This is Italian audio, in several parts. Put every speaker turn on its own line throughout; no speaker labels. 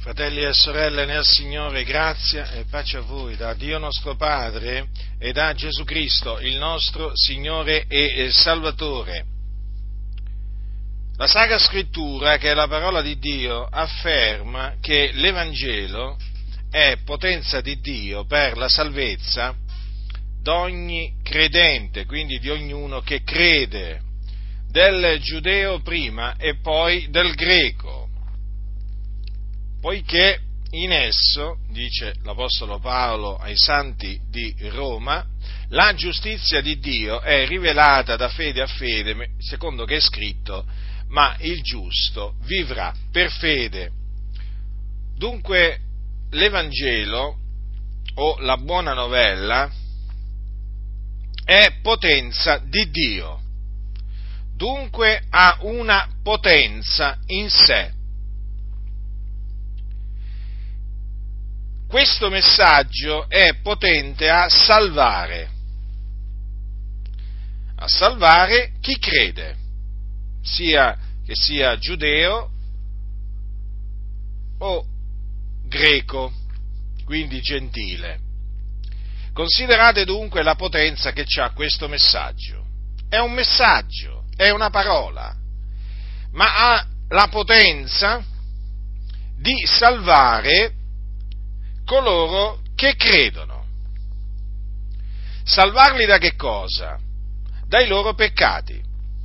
Fratelli e sorelle nel Signore, grazia e pace a voi da Dio nostro Padre e da Gesù Cristo, il nostro Signore e Salvatore. La Sacra Scrittura, che è la parola di Dio, afferma che l'Evangelo è potenza di Dio per la salvezza d'ogni credente, quindi di ognuno che crede, del giudeo prima e poi del greco. Poiché in esso, dice l'Apostolo Paolo ai santi di Roma, la giustizia di Dio è rivelata da fede a fede, secondo che è scritto, ma il giusto vivrà per fede. Dunque l'Evangelo, o la buona novella, è potenza di Dio, dunque ha una potenza in sé. Questo messaggio è potente a salvare chi crede, sia che sia giudeo o greco, quindi gentile. Considerate dunque la potenza che c'ha questo messaggio. È un messaggio, è una parola, ma ha la potenza di salvare coloro che credono. Salvarli da che cosa? Dai loro peccati.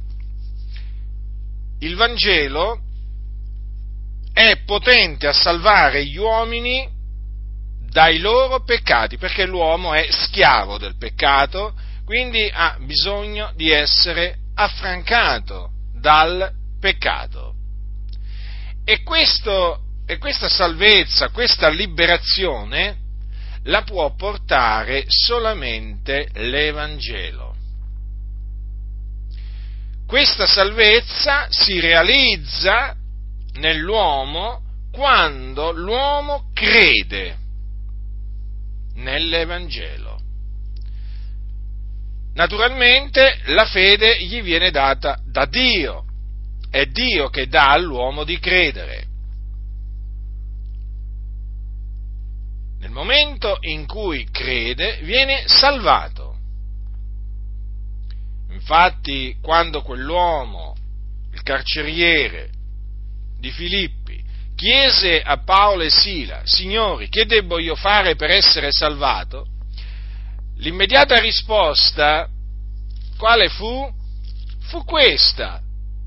Il Vangelo è potente a salvare gli uomini dai loro peccati, perché l'uomo è schiavo del peccato, quindi ha bisogno di essere affrancato dal peccato. E questa salvezza, questa liberazione, la può portare solamente l'Evangelo. Questa salvezza si realizza nell'uomo quando l'uomo crede nell'Evangelo. Naturalmente la fede gli viene data da Dio, è Dio che dà all'uomo di credere. Nel momento in cui crede, viene salvato. Infatti, quando quell'uomo, il carceriere di Filippi, chiese a Paolo e Sila: Signori, che debbo io fare per essere salvato? L'immediata risposta, quale fu? Fu questa: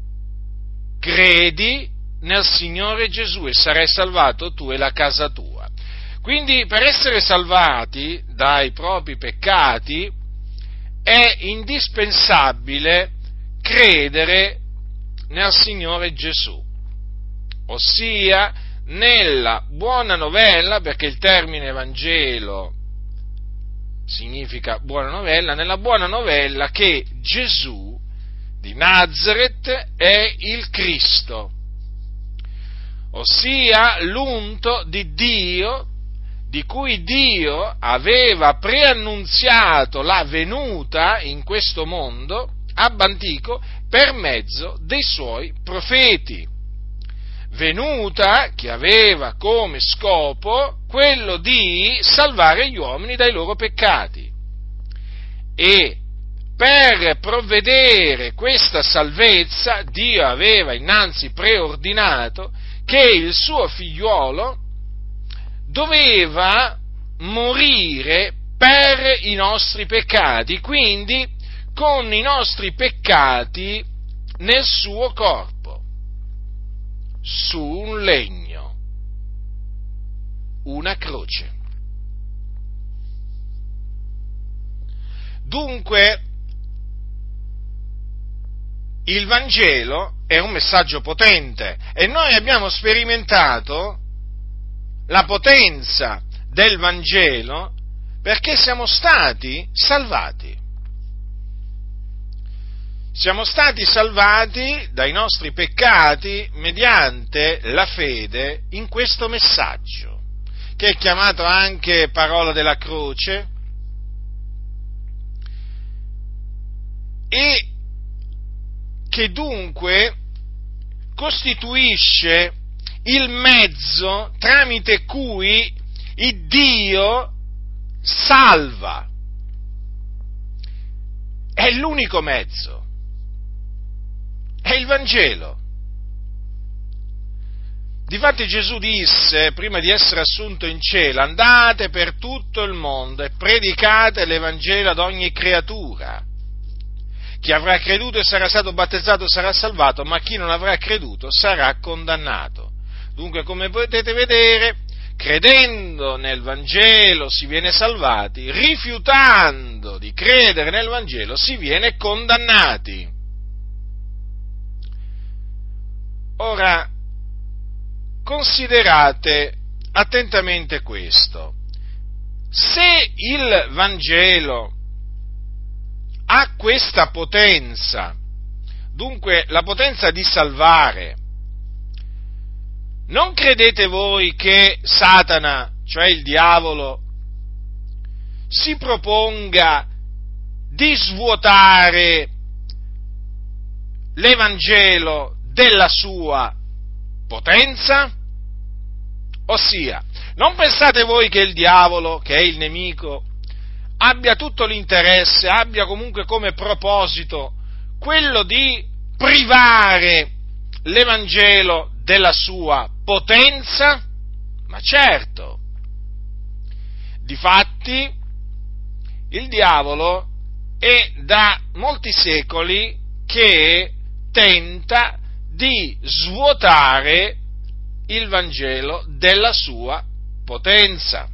credi nel Signore Gesù e sarai salvato tu e la casa tua. Quindi, per essere salvati dai propri peccati è indispensabile credere nel Signore Gesù, ossia nella buona novella, perché il termine Vangelo significa buona novella, nella buona novella che Gesù di Nazaret è il Cristo, ossia l'unto di Dio, di cui Dio aveva preannunziato la venuta in questo mondo ab antico per mezzo dei suoi profeti. Venuta che aveva come scopo quello di salvare gli uomini dai loro peccati. E per provvedere questa salvezza Dio aveva innanzi preordinato che il suo figliuolo doveva morire per i nostri peccati, quindi con i nostri peccati nel suo corpo, su un legno, una croce. Dunque, il Vangelo è un messaggio potente e noi abbiamo sperimentato la potenza del Vangelo perché siamo stati salvati. Siamo stati salvati dai nostri peccati mediante la fede in questo messaggio, che è chiamato anche parola della croce, e che dunque costituisce il mezzo tramite cui il Dio salva. È l'unico mezzo. È il Vangelo. Difatti Gesù disse, prima di essere assunto in cielo: andate per tutto il mondo e predicate l'Evangelo ad ogni creatura. Chi avrà creduto e sarà stato battezzato sarà salvato, ma chi non avrà creduto sarà condannato. Dunque, come potete vedere, credendo nel Vangelo si viene salvati, rifiutando di credere nel Vangelo si viene condannati. Ora, considerate attentamente questo. Se il Vangelo ha questa potenza, dunque la potenza di salvare, non credete voi che Satana, cioè il diavolo, si proponga di svuotare l'Evangelo della sua potenza? Ossia, non pensate voi che il diavolo, che è il nemico, abbia tutto l'interesse, abbia comunque come proposito quello di privare l'Evangelo della sua potenza? Ma certo. Difatti, il diavolo è da molti secoli che tenta di svuotare il Vangelo della sua potenza.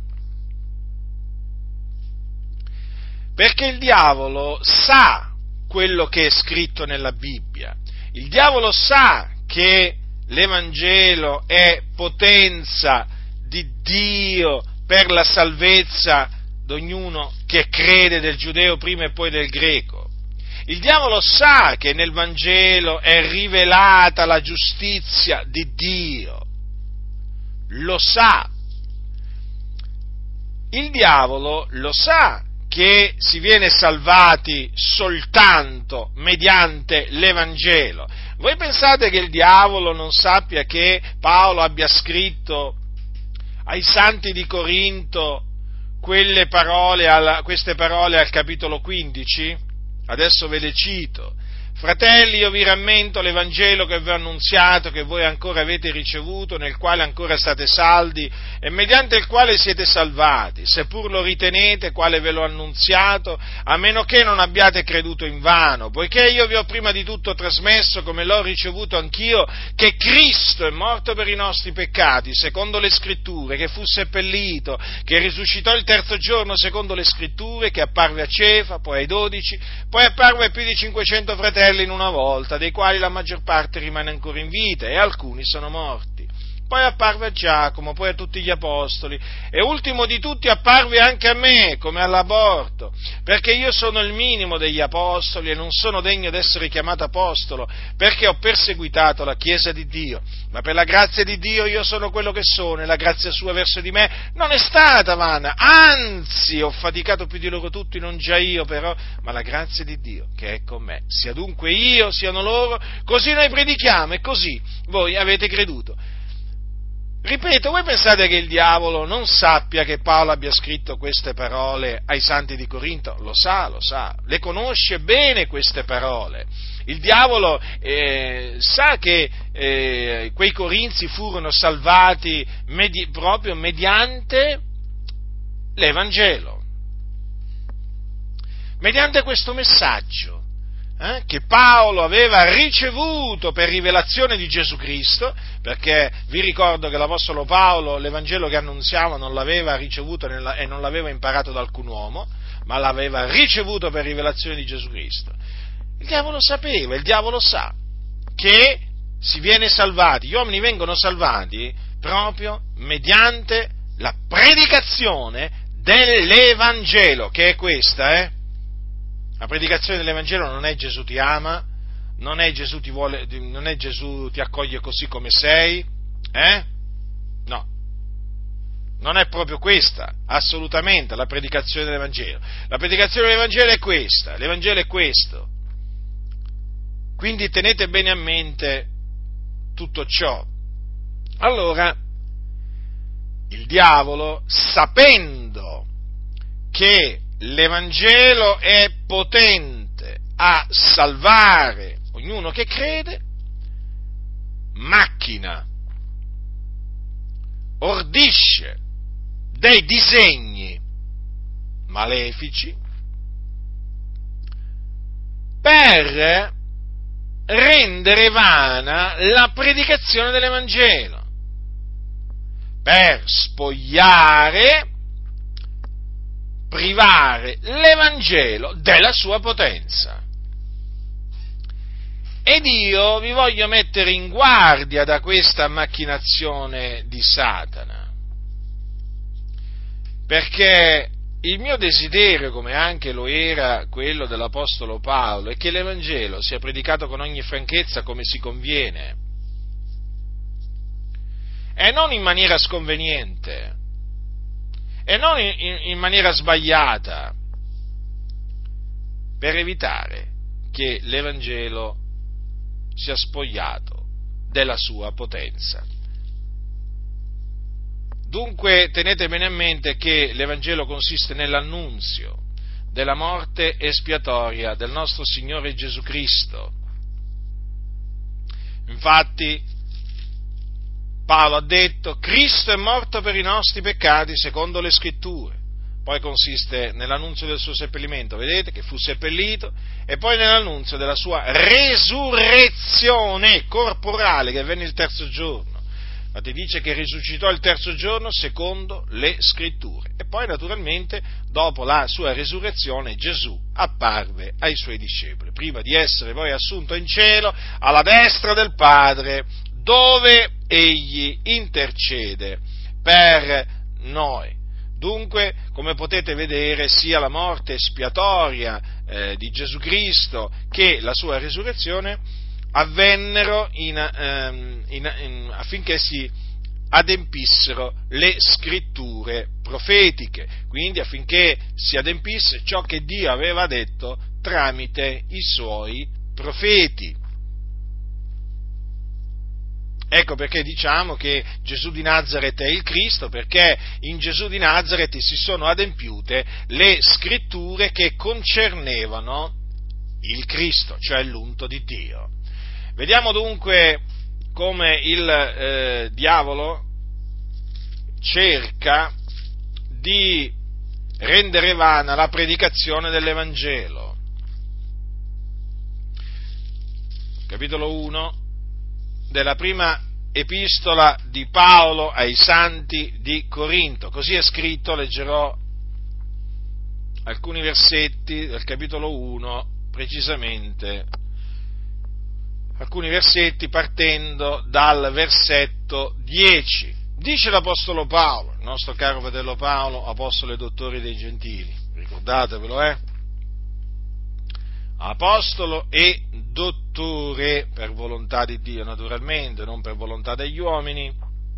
Perché il diavolo sa quello che è scritto nella Bibbia. Il diavolo sa che l'Evangelo è potenza di Dio per la salvezza di ognuno che crede, del giudeo prima e poi del greco. Il diavolo sa che nel Vangelo è rivelata la giustizia di Dio. Lo sa. Il diavolo lo sa che si viene salvati soltanto mediante l'Evangelo. Voi pensate che il diavolo non sappia che Paolo abbia scritto ai santi di Corinto queste parole al capitolo 15? Adesso ve le cito. Fratelli, io vi rammento l'Evangelo che vi ho annunziato, che voi ancora avete ricevuto, nel quale ancora state saldi e mediante il quale siete salvati, seppur lo ritenete quale ve l'ho annunziato, a meno che non abbiate creduto invano, poiché io vi ho prima di tutto trasmesso, come l'ho ricevuto anch'io, che Cristo è morto per i nostri peccati, secondo le Scritture, che fu seppellito, che risuscitò il terzo giorno secondo le Scritture, che apparve a Cefa, poi ai 12, poi apparve a più di 500 fratelli in una volta, dei quali la maggior parte rimane ancora in vita e alcuni sono morti. Poi apparve a Giacomo, poi a tutti gli apostoli, e ultimo di tutti apparve anche a me, come all'aborto, perché io sono il minimo degli apostoli e non sono degno d'essere chiamato apostolo, perché ho perseguitato la Chiesa di Dio, ma per la grazia di Dio io sono quello che sono, e la grazia sua verso di me non è stata vana, anzi ho faticato più di loro tutti, non già io però, ma la grazia di Dio che è con me, sia dunque io, siano loro, così noi predichiamo e così voi avete creduto. Ripeto, voi pensate che il diavolo non sappia che Paolo abbia scritto queste parole ai santi di Corinto? Lo sa, le conosce bene queste parole. Il diavolo sa che quei corinzi furono salvati proprio mediante l'Evangelo, mediante questo messaggio che Paolo aveva ricevuto per rivelazione di Gesù Cristo, perché vi ricordo che l'Apostolo Paolo l'Evangelo che annunziava non l'aveva ricevuto e non l'aveva imparato da alcun uomo, ma l'aveva ricevuto per rivelazione di Gesù Cristo. Il diavolo sapeva, il diavolo sa che si viene salvati, gli uomini vengono salvati proprio mediante la predicazione dell'Evangelo, che è questa, La predicazione dell'Evangelo non è Gesù ti ama, non è Gesù non è Gesù ti accoglie così come sei, No, non è proprio questa, assolutamente, la predicazione dell'Evangelo. La predicazione dell'Evangelo è questa, l'Evangelo è questo. Quindi tenete bene a mente tutto ciò. Allora, il diavolo, sapendo che l'Evangelo è potente a salvare ognuno che crede, macchina, ordisce dei disegni malefici per rendere vana la predicazione dell'Evangelo, per spogliare, privare l'Evangelo della sua potenza. Ed io vi voglio mettere in guardia da questa macchinazione di Satana, perché il mio desiderio, come anche lo era quello dell'Apostolo Paolo, è che l'Evangelo sia predicato con ogni franchezza come si conviene, e non in maniera sconveniente, e non in maniera sbagliata, per evitare che l'Evangelo sia spogliato della sua potenza. Dunque tenete bene a mente che l'Evangelo consiste nell'annunzio della morte espiatoria del nostro Signore Gesù Cristo. Infatti Paolo ha detto: Cristo è morto per i nostri peccati secondo le Scritture. Poi consiste nell'annunzio del suo seppellimento, vedete che fu seppellito, e poi nell'annunzio della sua resurrezione corporale, che avvenne il terzo giorno. Infatti dice che risuscitò il terzo giorno secondo le Scritture. E poi naturalmente dopo la sua resurrezione Gesù apparve ai suoi discepoli, prima di essere poi assunto in cielo alla destra del Padre, dove egli intercede per noi. Dunque, come potete vedere, sia la morte espiatoria di Gesù Cristo che la sua resurrezione avvennero affinché si adempissero le scritture profetiche, quindi affinché si adempisse ciò che Dio aveva detto tramite i suoi profeti. Ecco perché diciamo che Gesù di Nazaret è il Cristo, perché in Gesù di Nazaret si sono adempiute le scritture che concernevano il Cristo, cioè l'unto di Dio. Vediamo dunque come il diavolo cerca di rendere vana la predicazione dell'Evangelo. Capitolo 1 della prima epistola di Paolo ai santi di Corinto. Così è scritto, leggerò alcuni versetti del capitolo 1, precisamente alcuni versetti partendo dal versetto 10. Dice l'Apostolo Paolo, il nostro caro fratello Paolo, apostolo e dottore dei gentili, ricordatevelo, apostolo e dottore per volontà di Dio, naturalmente, non per volontà degli uomini.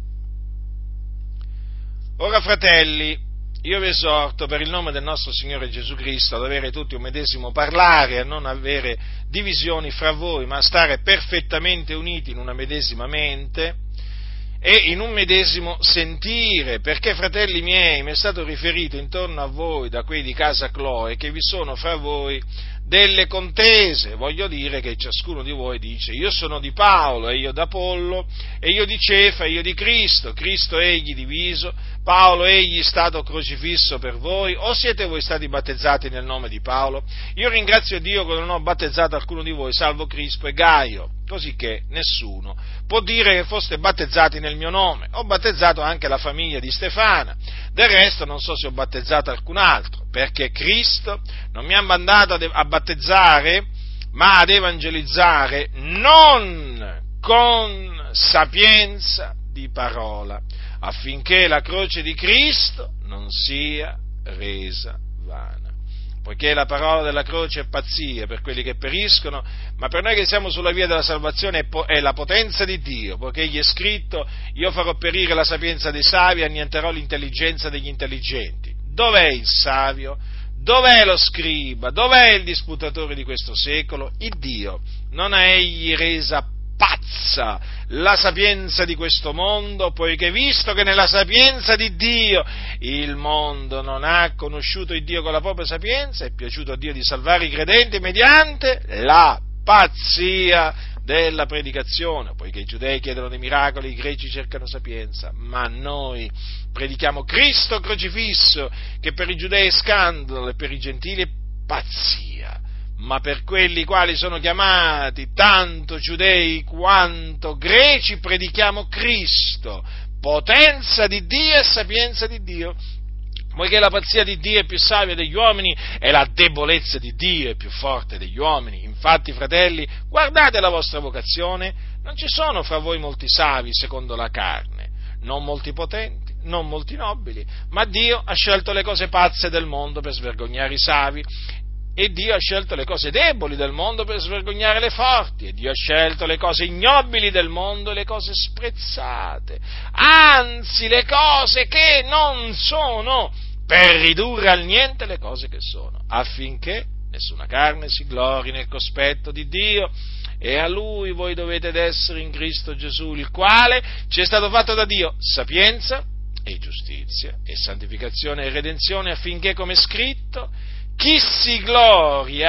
Ora, fratelli, io vi esorto per il nome del nostro Signore Gesù Cristo ad avere tutti un medesimo parlare, a non avere divisioni fra voi, ma a stare perfettamente uniti in una medesima mente e in un medesimo sentire, perché, fratelli miei, mi è stato riferito intorno a voi da quei di casa Cloe che vi sono fra voi delle contese. Voglio dire che ciascuno di voi dice: io sono di Paolo, e io d'Apollo, e io di Cefa, e io di Cristo. Cristo egli diviso, Paolo egli stato crocifisso per voi, o siete voi stati battezzati nel nome di Paolo? Io ringrazio Dio che non ho battezzato alcuno di voi, salvo Crispo e Gaio, così che nessuno può dire che foste battezzati nel mio nome. Ho battezzato anche la famiglia di Stefana, del resto non so se ho battezzato alcun altro, perché Cristo non mi ha mandato a battezzare, ma ad evangelizzare, non con sapienza di parola, affinché la croce di Cristo non sia resa vana. Poiché la parola della croce è pazzia per quelli che periscono, ma per noi che siamo sulla via della salvazione è la potenza di Dio, poiché gli è scritto: io farò perire la sapienza dei savi e annienterò l'intelligenza degli intelligenti. Dov'è il savio? Dov'è lo scriba? Dov'è il disputatore di questo secolo? Il Dio non ha egli resa pazza la sapienza di questo mondo, poiché visto che nella sapienza di Dio il mondo non ha conosciuto il Dio con la propria sapienza, è piaciuto a Dio di salvare i credenti mediante la pazzia della predicazione, poiché i giudei chiedono dei miracoli, i greci cercano sapienza, ma noi predichiamo Cristo crocifisso, che per i giudei è scandalo e per i gentili è pazzia, ma per quelli quali sono chiamati, tanto giudei quanto greci, predichiamo Cristo, potenza di Dio e sapienza di Dio, poiché la pazzia di Dio è più savia degli uomini e la debolezza di Dio è più forte degli uomini. Infatti, fratelli, guardate la vostra vocazione, non ci sono fra voi molti savi secondo la carne, non molti potenti, non molti nobili, ma Dio ha scelto le cose pazze del mondo per svergognare i savi, e Dio ha scelto le cose deboli del mondo per svergognare le forti, e Dio ha scelto le cose ignobili del mondo e le cose sprezzate, anzi le cose che non sono, per ridurre al niente le cose che sono, affinché nessuna carne si glori nel cospetto di Dio. E a Lui voi dovete essere in Cristo Gesù, il quale ci è stato fatto da Dio sapienza e giustizia e santificazione e redenzione, affinché, come è scritto, chi si glori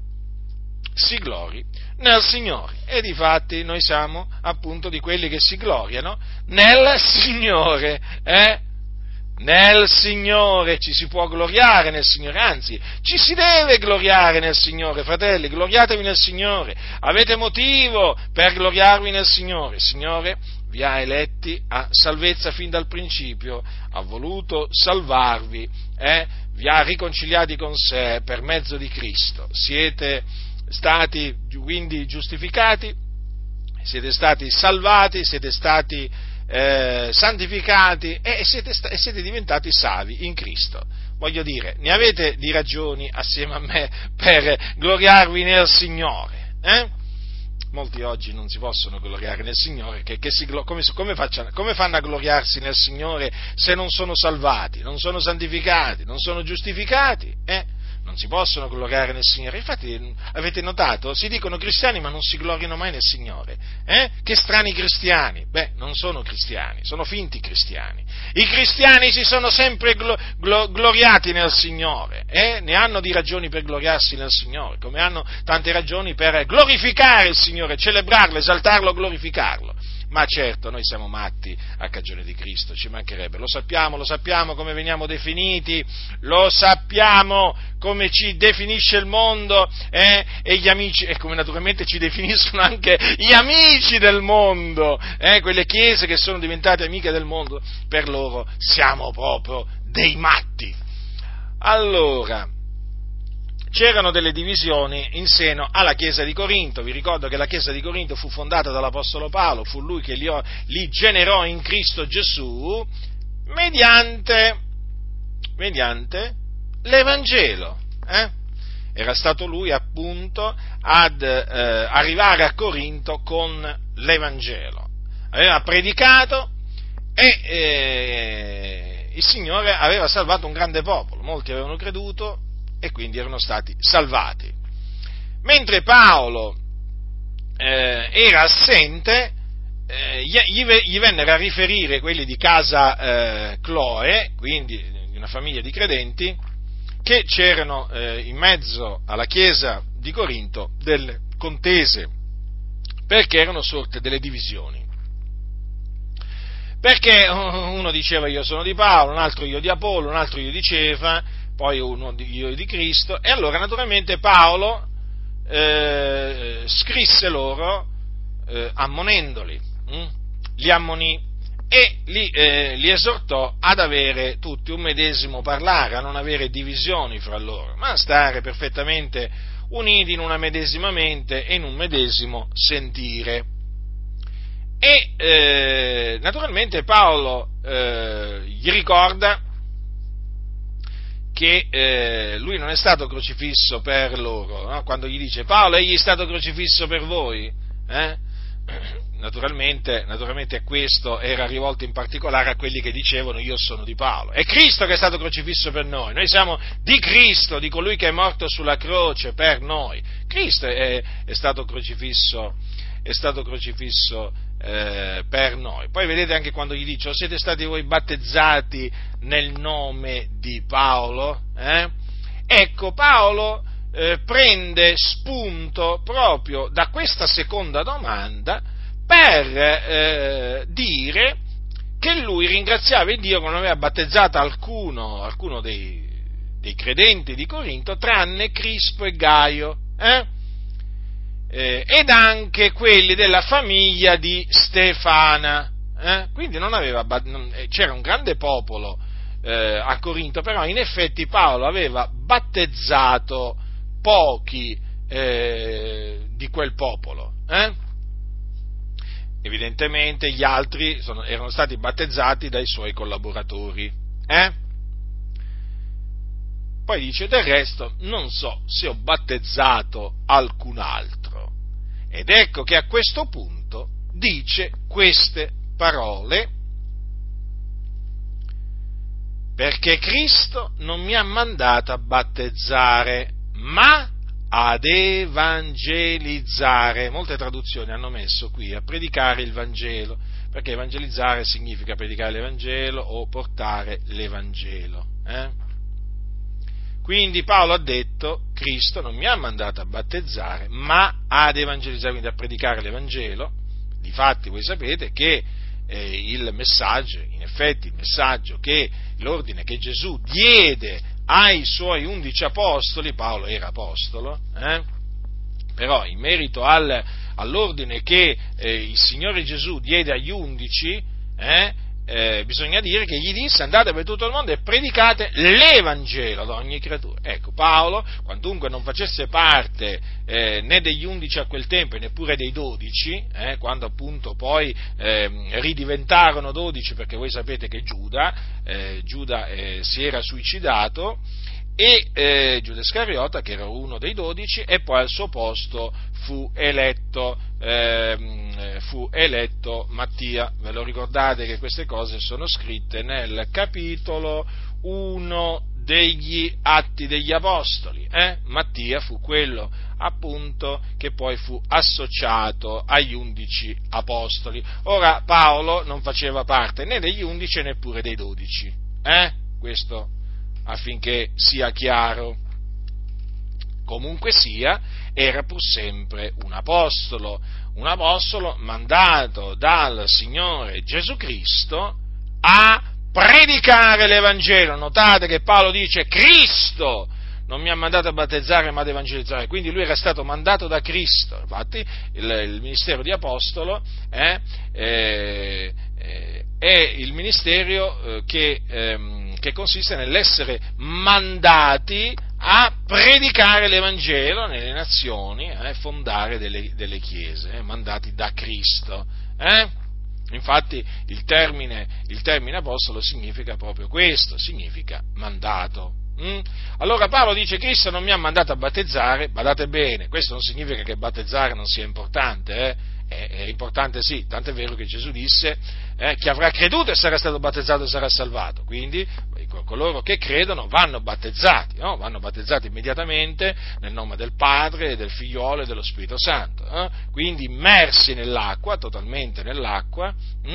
nel Signore. E difatti noi siamo appunto di quelli che si gloriano nel Signore, Nel Signore ci si può gloriare nel Signore, anzi, ci si deve gloriare nel Signore, fratelli, gloriatevi nel Signore, avete motivo per gloriarvi nel Signore. Il Signore vi ha eletti a salvezza fin dal principio, ha voluto salvarvi, vi ha riconciliati con sé per mezzo di Cristo, siete stati quindi giustificati, siete stati salvati, siete stati santificati e siete diventati savi in Cristo. Voglio dire, ne avete di ragioni assieme a me per gloriarvi nel Signore, Molti oggi non si possono gloriare nel Signore, come fanno a gloriarsi nel Signore se non sono salvati, non sono santificati, non sono giustificati? Non si possono gloriare nel Signore. Infatti, avete notato? Si dicono cristiani ma non si gloriano mai nel Signore. Che strani cristiani. Non sono cristiani, sono finti cristiani. I cristiani si sono sempre gloriati nel Signore, ne hanno di ragioni per gloriarsi nel Signore, come hanno tante ragioni per glorificare il Signore, celebrarlo, esaltarlo, glorificarlo. Ma certo, noi siamo matti a cagione di Cristo, ci mancherebbe, lo sappiamo come veniamo definiti, lo sappiamo come ci definisce il mondo, e gli amici, e come naturalmente ci definiscono anche gli amici del mondo, quelle chiese che sono diventate amiche del mondo, per loro siamo proprio dei matti. Allora, c'erano delle divisioni in seno alla Chiesa di Corinto. Vi ricordo che la Chiesa di Corinto fu fondata dall'Apostolo Paolo, fu lui che li generò in Cristo Gesù mediante l'Evangelo. Era stato lui appunto ad arrivare a Corinto con l'Evangelo. Aveva predicato e il Signore aveva salvato un grande popolo, molti avevano creduto e quindi erano stati salvati. Mentre Paolo era assente, gli vennero a riferire quelli di casa Cloe, quindi di una famiglia di credenti, che c'erano in mezzo alla chiesa di Corinto delle contese, perché erano sorte delle divisioni. Perché uno diceva io sono di Paolo, un altro io di Apollo, un altro io di Cefa, poi uno io di Cristo, e allora naturalmente Paolo scrisse loro ammonendoli, li ammonì e li esortò ad avere tutti un medesimo parlare, a non avere divisioni fra loro, ma a stare perfettamente uniti in una medesima mente e in un medesimo sentire. E naturalmente Paolo gli ricorda che lui non è stato crocifisso per loro, no? Quando gli dice Paolo, egli è stato crocifisso per voi, Naturalmente a questo era rivolto in particolare a quelli che dicevano io sono di Paolo. È Cristo che è stato crocifisso per noi siamo di Cristo, di colui che è morto sulla croce per noi. Cristo è stato crocifisso è stato crocifisso per noi. Poi vedete anche quando gli dice: o siete stati voi battezzati nel nome di Paolo? Ecco, Paolo prende spunto proprio da questa seconda domanda per dire che lui ringraziava il Dio che non aveva battezzato alcuno dei credenti di Corinto, tranne Crispo e Gaio, ed anche quelli della famiglia di Stefana. Quindi c'era un grande popolo a Corinto, però in effetti Paolo aveva battezzato pochi di quel popolo. Evidentemente gli altri erano stati battezzati dai suoi collaboratori. Poi dice: del resto non so se ho battezzato alcun altro. Ed ecco che a questo punto dice queste parole: perché Cristo non mi ha mandato a battezzare, ma ad evangelizzare. Molte traduzioni hanno messo qui a predicare il Vangelo, perché evangelizzare significa predicare l'Evangelo o portare l'Evangelo. Quindi Paolo ha detto: Cristo non mi ha mandato a battezzare, ma ad evangelizzare, quindi a predicare l'Evangelo. Difatti voi sapete che il messaggio, in effetti il messaggio che l'ordine che Gesù diede ai suoi 11 apostoli, Paolo era apostolo, però in merito all'ordine che il Signore Gesù diede agli 11, bisogna dire che gli disse: andate per tutto il mondo e predicate l'Evangelo ad ogni creatura. Ecco, Paolo, quantunque non facesse parte né degli 11 a quel tempo e neppure dei 12, quando appunto poi ridiventarono 12, perché voi sapete che Giuda si era suicidato, e Giuda Iscariota, che era uno dei 12, e poi al suo posto fu eletto Mattia. Ve lo ricordate che queste cose sono scritte nel capitolo 1 degli Atti degli Apostoli. Mattia fu quello appunto che poi fu associato agli 11 apostoli. Ora Paolo non faceva parte né degli 11 neppure dei 12, questo affinché sia chiaro. Comunque sia, era pur sempre un apostolo mandato dal Signore Gesù Cristo a predicare l'Evangelo. Notate che Paolo dice: Cristo non mi ha mandato a battezzare ma ad evangelizzare, quindi lui era stato mandato da Cristo. Infatti il ministero di apostolo è il ministero che consiste nell'essere mandati a predicare l'Evangelo nelle nazioni, fondare delle chiese, mandati da Cristo. Infatti il termine apostolo significa proprio questo, significa mandato. Allora Paolo dice: Cristo non mi ha mandato a battezzare. Badate bene, questo non significa che battezzare non sia importante, è importante sì, tant'è vero che Gesù disse: chi avrà creduto e sarà stato battezzato sarà salvato. Quindi coloro che credono vanno battezzati, no? Vanno battezzati immediatamente nel nome del Padre, del Figliolo e dello Spirito Santo, quindi immersi nell'acqua, totalmente nell'acqua,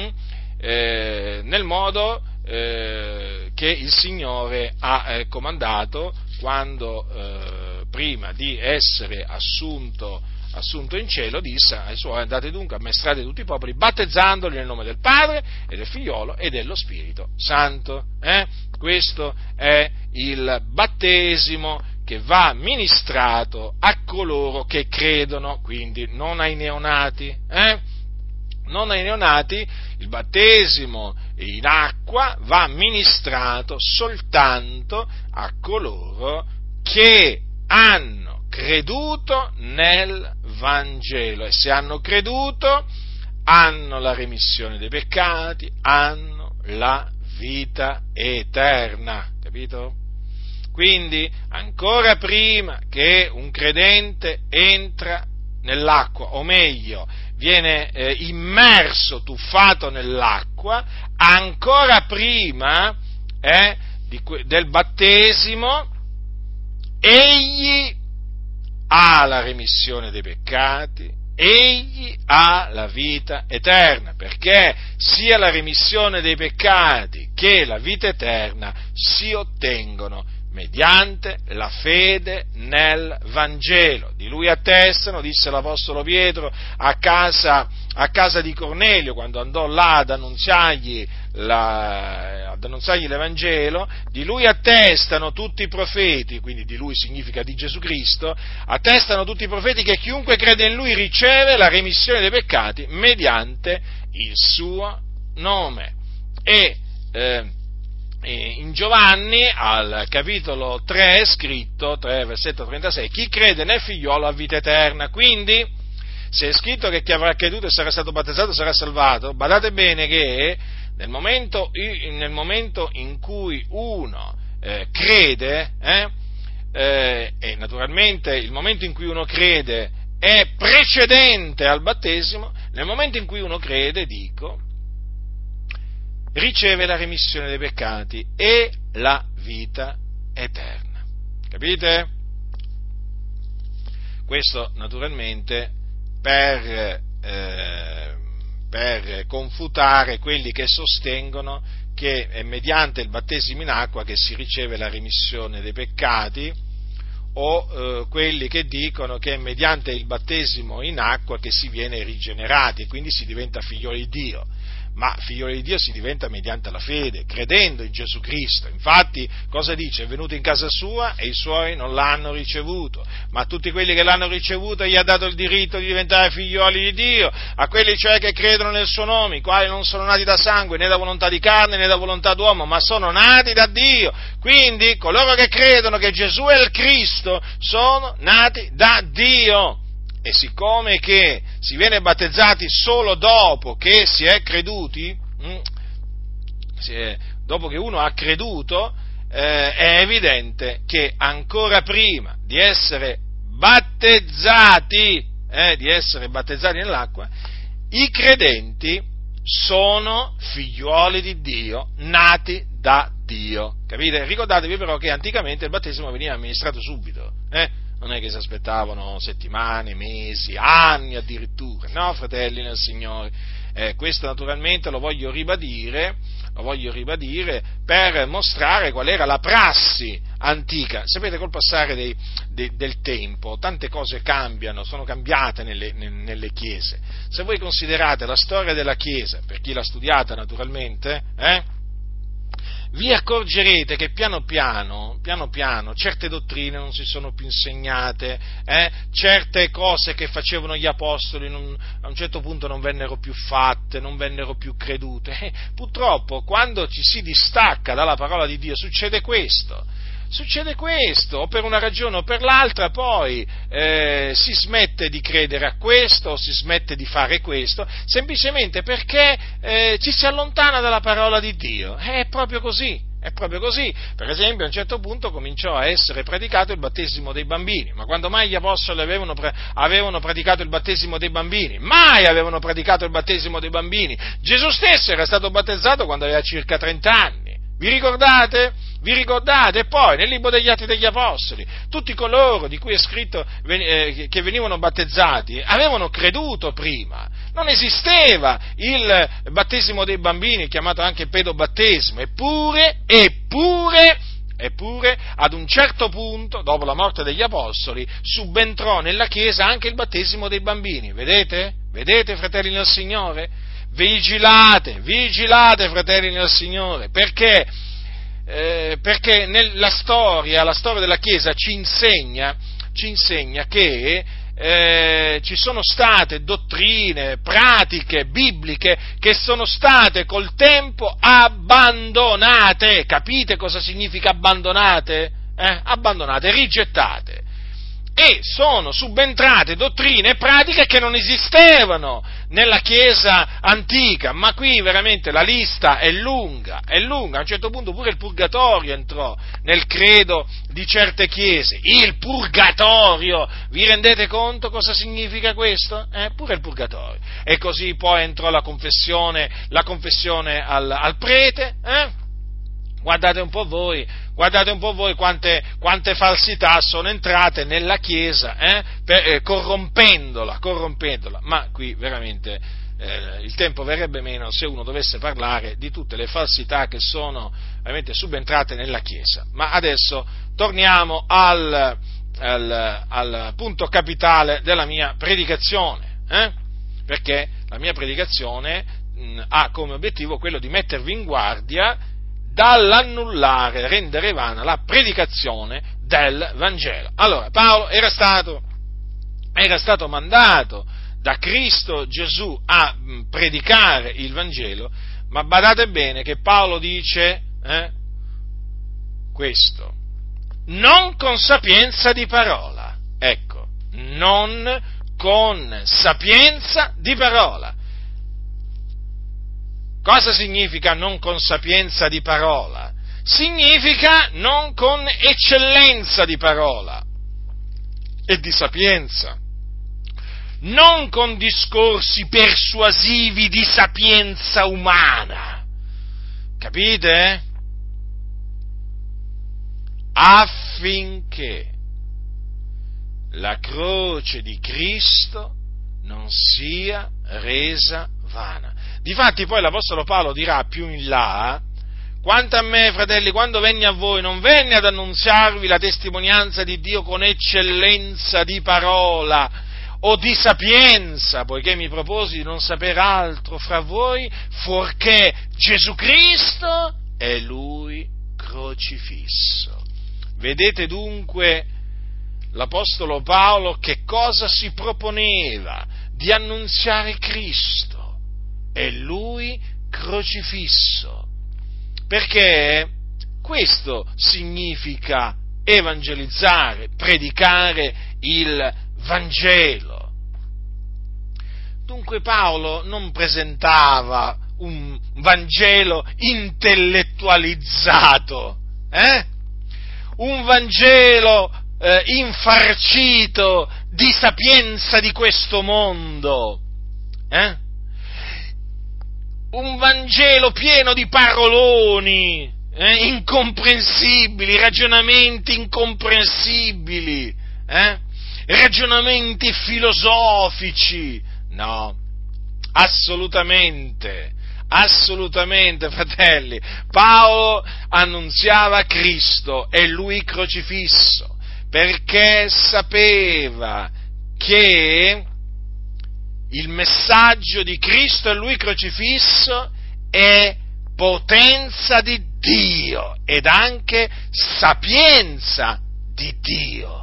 nel modo che il Signore ha comandato quando prima di essere assunto in cielo disse ai suoi: andate dunque, ammaestrate tutti i popoli, battezzandoli nel nome del Padre e del Figliolo e dello Spirito Santo. Questo è il battesimo che va ministrato a coloro che credono, quindi non ai neonati. Non ai neonati, il battesimo in acqua va ministrato soltanto a coloro che hanno creduto nel Vangelo, e se hanno creduto hanno la remissione dei peccati, hanno la vita eterna, capito? Quindi ancora prima che un credente entra nell'acqua, o meglio viene immerso, tuffato nell'acqua, ancora prima del battesimo egli ha la remissione dei peccati, egli ha la vita eterna, perché sia la remissione dei peccati che la vita eterna si ottengono mediante la fede nel Vangelo. Di lui attestano, disse l'Apostolo Pietro a casa di Cornelio, quando andò là ad annunziargli l'Evangelo, di lui attestano tutti i profeti, quindi di lui significa di Gesù Cristo, attestano tutti i profeti che chiunque crede in lui riceve la remissione dei peccati mediante il suo nome. E in Giovanni, al capitolo 3, è scritto, 3 versetto 36, chi crede nel figliolo ha vita eterna. Quindi, se è scritto che chi avrà creduto e sarà stato battezzato sarà salvato, badate bene che nel momento in cui uno crede, e naturalmente il momento in cui uno crede è precedente al battesimo, nel momento in cui uno crede, riceve la remissione dei peccati e la vita eterna. Capite? Questo naturalmente per confutare quelli che sostengono che è mediante il battesimo in acqua che si riceve la remissione dei peccati, o quelli che dicono che è mediante il battesimo in acqua che si viene rigenerati e quindi si diventa figlioli di Dio. Ma figlioli di Dio si diventa mediante la fede, credendo in Gesù Cristo. Infatti, cosa dice? È venuto in casa sua e i suoi non l'hanno ricevuto, ma a tutti quelli che l'hanno ricevuto gli ha dato il diritto di diventare figlioli di Dio, a quelli cioè che credono nel suo nome, i quali non sono nati da sangue, né da volontà di carne, né da volontà d'uomo, ma sono nati da Dio. Quindi, coloro che credono che Gesù è il Cristo sono nati da Dio. E siccome che si viene battezzati solo dopo che si è creduti, dopo che uno ha creduto, è evidente che ancora prima di essere battezzati nell'acqua, i credenti sono figliuoli di Dio, nati da Dio. Capite? Ricordatevi però che anticamente il battesimo veniva amministrato subito, non è che si aspettavano settimane, mesi, anni addirittura, no, fratelli nel Signore. Questo naturalmente lo voglio ribadire per mostrare qual era la prassi antica. Sapete, col passare del tempo tante cose cambiano, sono cambiate nelle chiese. Se voi considerate la storia della Chiesa, per chi l'ha studiata naturalmente, vi accorgerete che piano piano certe dottrine non si sono più insegnate, certe cose che facevano gli apostoli a un certo punto non vennero più fatte, non vennero più credute. Purtroppo quando ci si distacca dalla parola di Dio succede questo, o per una ragione o per l'altra poi si smette di credere a questo, o si smette di fare questo, semplicemente perché ci si allontana dalla parola di Dio. È proprio così. Per esempio, a un certo punto cominciò a essere praticato il battesimo dei bambini, ma quando mai gli apostoli avevano praticato il battesimo dei bambini? Mai avevano praticato il battesimo dei bambini. Gesù stesso era stato battezzato quando aveva circa 30 anni. Vi ricordate? E poi nel libro degli Atti degli Apostoli tutti coloro di cui è scritto che venivano battezzati avevano creduto prima. Non esisteva il battesimo dei bambini, chiamato anche pedobattesimo, eppure ad un certo punto, dopo la morte degli Apostoli, subentrò nella Chiesa anche il battesimo dei bambini. Vedete, fratelli nel Signore? Vigilate, fratelli nel Signore, perché la storia della Chiesa ci insegna che ci sono state dottrine, pratiche bibliche che sono state col tempo abbandonate. Capite cosa significa abbandonate? Abbandonate, rigettate. E sono subentrate dottrine e pratiche che non esistevano nella Chiesa antica, ma qui veramente la lista è lunga, a un certo punto pure il purgatorio entrò nel credo di certe chiese, il purgatorio, vi rendete conto cosa significa questo? Pure il purgatorio, e così poi entrò la confessione al prete, Guardate un po' voi Guardate un po' voi quante falsità sono entrate nella Chiesa, corrompendola, ma qui veramente il tempo verrebbe meno se uno dovesse parlare di tutte le falsità che sono veramente subentrate nella Chiesa. Ma adesso torniamo al punto capitale della mia predicazione, perché la mia predicazione ha come obiettivo quello di mettervi in guardia dall'annullare, rendere vana la predicazione del Vangelo. Allora, Paolo era stato mandato da Cristo Gesù a predicare il Vangelo, ma badate bene che Paolo dice questo: non con sapienza di parola, ecco, non con sapienza di parola. Cosa significa non con sapienza di parola? Significa non con eccellenza di parola e di sapienza, non con discorsi persuasivi di sapienza umana, capite? Affinché la croce di Cristo non sia resa vana. Difatti poi l'Apostolo Paolo dirà più in là: quanto a me, fratelli, quando venni a voi non venni ad annunziarvi la testimonianza di Dio con eccellenza di parola o di sapienza, poiché mi proposi di non saper altro fra voi fuorché Gesù Cristo e Lui crocifisso. Vedete dunque l'Apostolo Paolo che cosa si proponeva? Di annunziare Cristo e Lui crocifisso, perché questo significa evangelizzare, predicare il Vangelo. Dunque Paolo non presentava un Vangelo intellettualizzato, un Vangelo infarcito di sapienza di questo mondo, un Vangelo pieno di paroloni incomprensibili, ragionamenti incomprensibili, ragionamenti filosofici. No, assolutamente, fratelli. Paolo annunziava Cristo e Lui crocifisso, perché sapeva che il messaggio di Cristo e Lui crocifisso è potenza di Dio ed anche sapienza di Dio.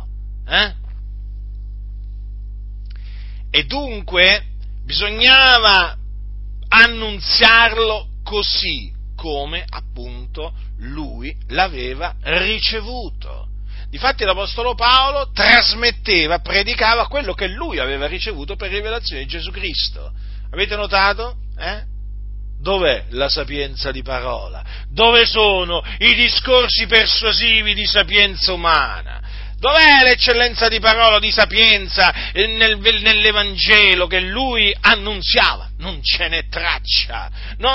E dunque bisognava annunziarlo così come appunto Lui l'aveva ricevuto. Difatti l'Apostolo Paolo trasmetteva, predicava quello che lui aveva ricevuto per rivelazione di Gesù Cristo. Avete notato? Dov'è la sapienza di parola? Dove sono i discorsi persuasivi di sapienza umana? Dov'è l'eccellenza di parola, di sapienza nell'Evangelo che lui annunziava? Non ce n'è traccia!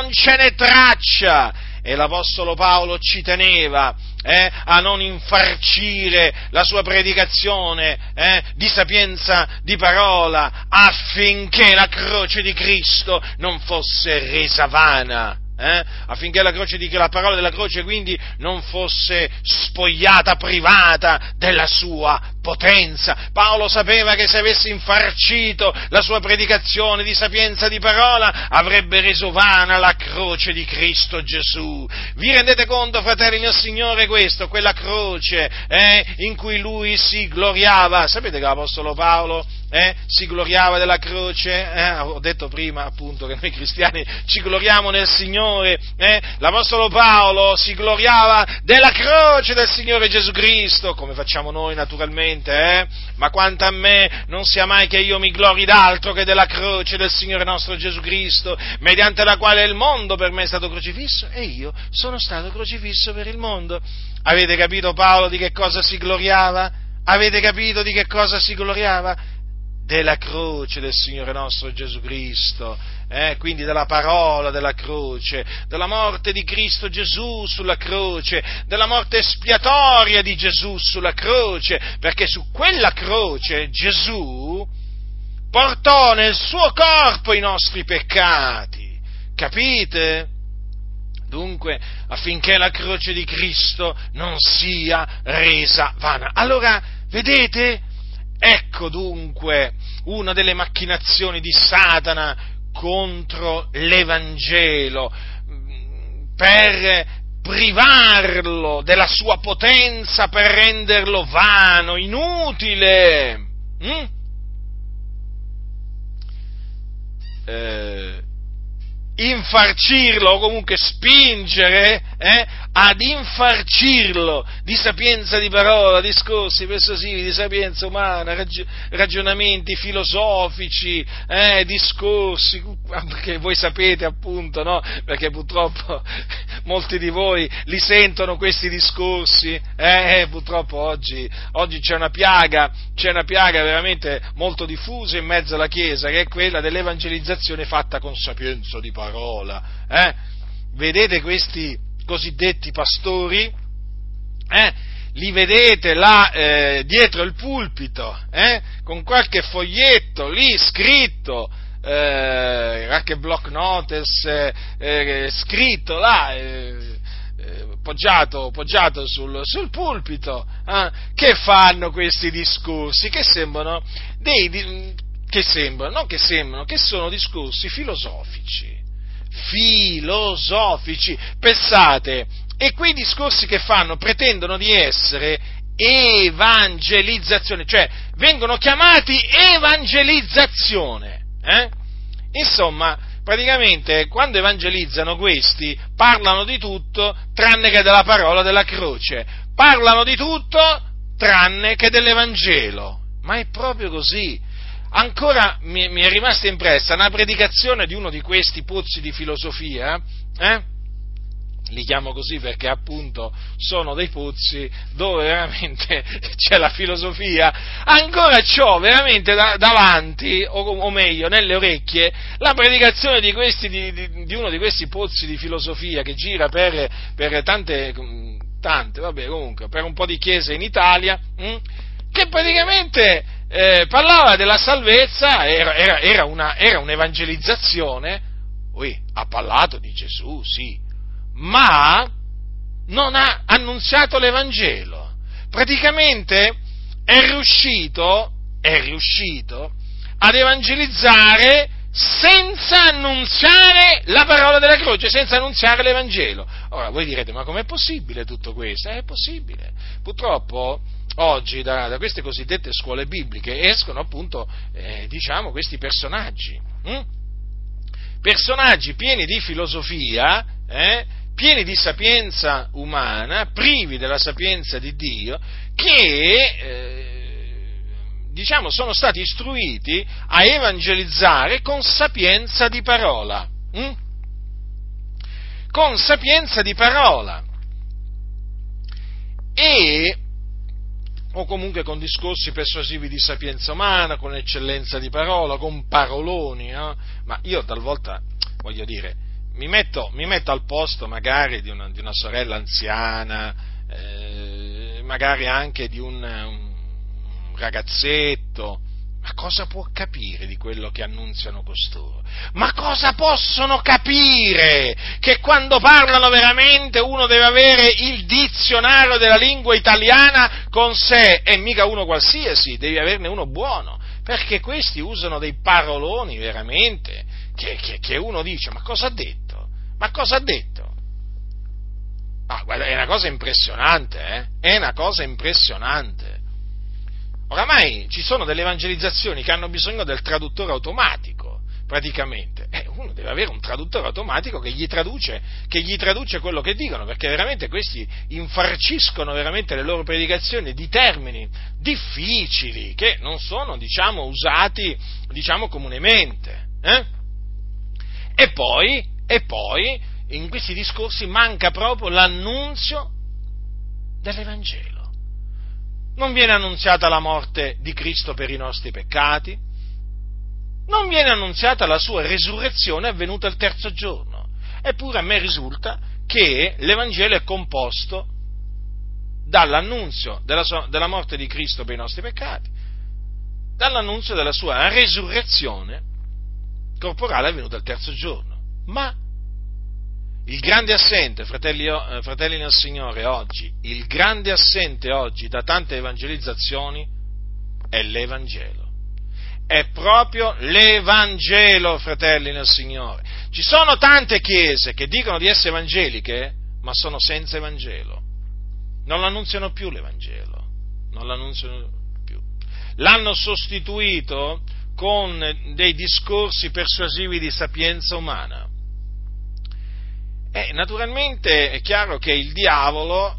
E l'Apostolo Paolo ci teneva a non infarcire la sua predicazione di sapienza di parola, affinché la croce di Cristo non fosse resa vana. Affinché la parola della croce quindi non fosse spogliata, privata della sua potenza. Paolo sapeva che se avesse infarcito la sua predicazione di sapienza di parola avrebbe reso vana la croce di Cristo Gesù. Vi rendete conto, fratelli nel Signore, quella croce in cui lui si gloriava? Sapete che l'Apostolo Paolo si gloriava della croce? Ho detto prima appunto che noi cristiani ci gloriamo nel Signore. L'Apostolo Paolo si gloriava della croce del Signore Gesù Cristo, come facciamo noi naturalmente, ma quanto a me non sia mai che io mi glori d'altro che della croce del Signore nostro Gesù Cristo, mediante la quale il mondo per me è stato crocifisso e io sono stato crocifisso per il mondo. Avete capito Paolo di che cosa si gloriava? Avete capito di che cosa si gloriava? Della croce del Signore nostro Gesù Cristo, quindi della parola della croce, della morte di Cristo Gesù sulla croce, della morte espiatoria di Gesù sulla croce, perché su quella croce Gesù portò nel suo corpo i nostri peccati, capite? Dunque, affinché la croce di Cristo non sia resa vana. Allora, vedete? Ecco dunque una delle macchinazioni di Satana contro l'Evangelo, per privarlo della sua potenza, per renderlo vano, inutile. Infarcirlo, o comunque spingere ad infarcirlo di sapienza di parola, discorsi persuasivi, di sapienza umana, ragionamenti filosofici, discorsi, che voi sapete appunto, no? Perché purtroppo molti di voi li sentono questi discorsi, purtroppo oggi c'è una piaga veramente molto diffusa in mezzo alla Chiesa, che è quella dell'evangelizzazione fatta con sapienza di parola. Vedete questi cosiddetti pastori? Li vedete là dietro il pulpito, con qualche foglietto lì scritto, qualche block notice scritto là, poggiato sul pulpito. Che fanno questi discorsi? Che sono discorsi filosofici, pensate, e quei discorsi che fanno pretendono di essere evangelizzazione, cioè vengono chiamati evangelizzazione, Insomma, praticamente quando evangelizzano questi parlano di tutto tranne che della parola della croce, parlano di tutto tranne che dell'Evangelo, ma è proprio così. Ancora mi è rimasta impressa una predicazione di uno di questi pozzi di filosofia, li chiamo così perché appunto sono dei pozzi dove veramente c'è la filosofia. Ancora c'ho veramente davanti, o meglio nelle orecchie, la predicazione di uno di questi pozzi di filosofia che gira per tante, vabbè, comunque per un po' di chiese in Italia, che praticamente parlava della salvezza, era un'evangelizzazione. Ha parlato di Gesù, sì, ma non ha annunziato l'Evangelo. Praticamente è riuscito ad evangelizzare senza annunziare la parola della croce, senza annunziare l'Evangelo. Ora voi direte, ma com'è possibile tutto questo? È possibile. Purtroppo oggi da queste cosiddette scuole bibliche escono appunto, questi personaggi pieni di filosofia, pieni di sapienza umana, privi della sapienza di Dio, che sono stati istruiti a evangelizzare con sapienza di parola. Con sapienza di parola. O comunque con discorsi persuasivi di sapienza umana, con eccellenza di parola, con paroloni, no? Ma io talvolta, voglio dire, mi metto al posto magari di una sorella anziana, magari anche di un ragazzetto. Ma cosa può capire di quello che annunziano costoro? Ma cosa possono capire? Che quando parlano veramente uno deve avere il dizionario della lingua italiana con sé, e mica uno qualsiasi, devi averne uno buono, perché questi usano dei paroloni veramente, che uno dice, ma cosa ha detto? Ma cosa ha detto? Guarda, è una cosa impressionante, è una cosa impressionante. Oramai ci sono delle evangelizzazioni che hanno bisogno del traduttore automatico, praticamente. Uno deve avere un traduttore automatico che gli traduce quello che dicono, perché veramente questi infarciscono veramente le loro predicazioni di termini difficili, che non sono, usati, comunemente. E poi, in questi discorsi manca proprio l'annunzio dell'Evangelo. Non viene annunziata la morte di Cristo per i nostri peccati, non viene annunziata la sua resurrezione avvenuta il terzo giorno. Eppure a me risulta che l'Evangelo è composto dall'annunzio della morte di Cristo per i nostri peccati, dall'annunzio della sua resurrezione corporale avvenuta il terzo giorno. Ma il grande assente, fratelli nel Signore, oggi, il grande assente oggi da tante evangelizzazioni è l'Evangelo. È proprio l'Evangelo, fratelli nel Signore. Ci sono tante chiese che dicono di essere evangeliche, ma sono senza Evangelo. Non l'annunziano più l'Evangelo. Non l'annunziano più. L'hanno sostituito con dei discorsi persuasivi di sapienza umana. Naturalmente è chiaro che il diavolo,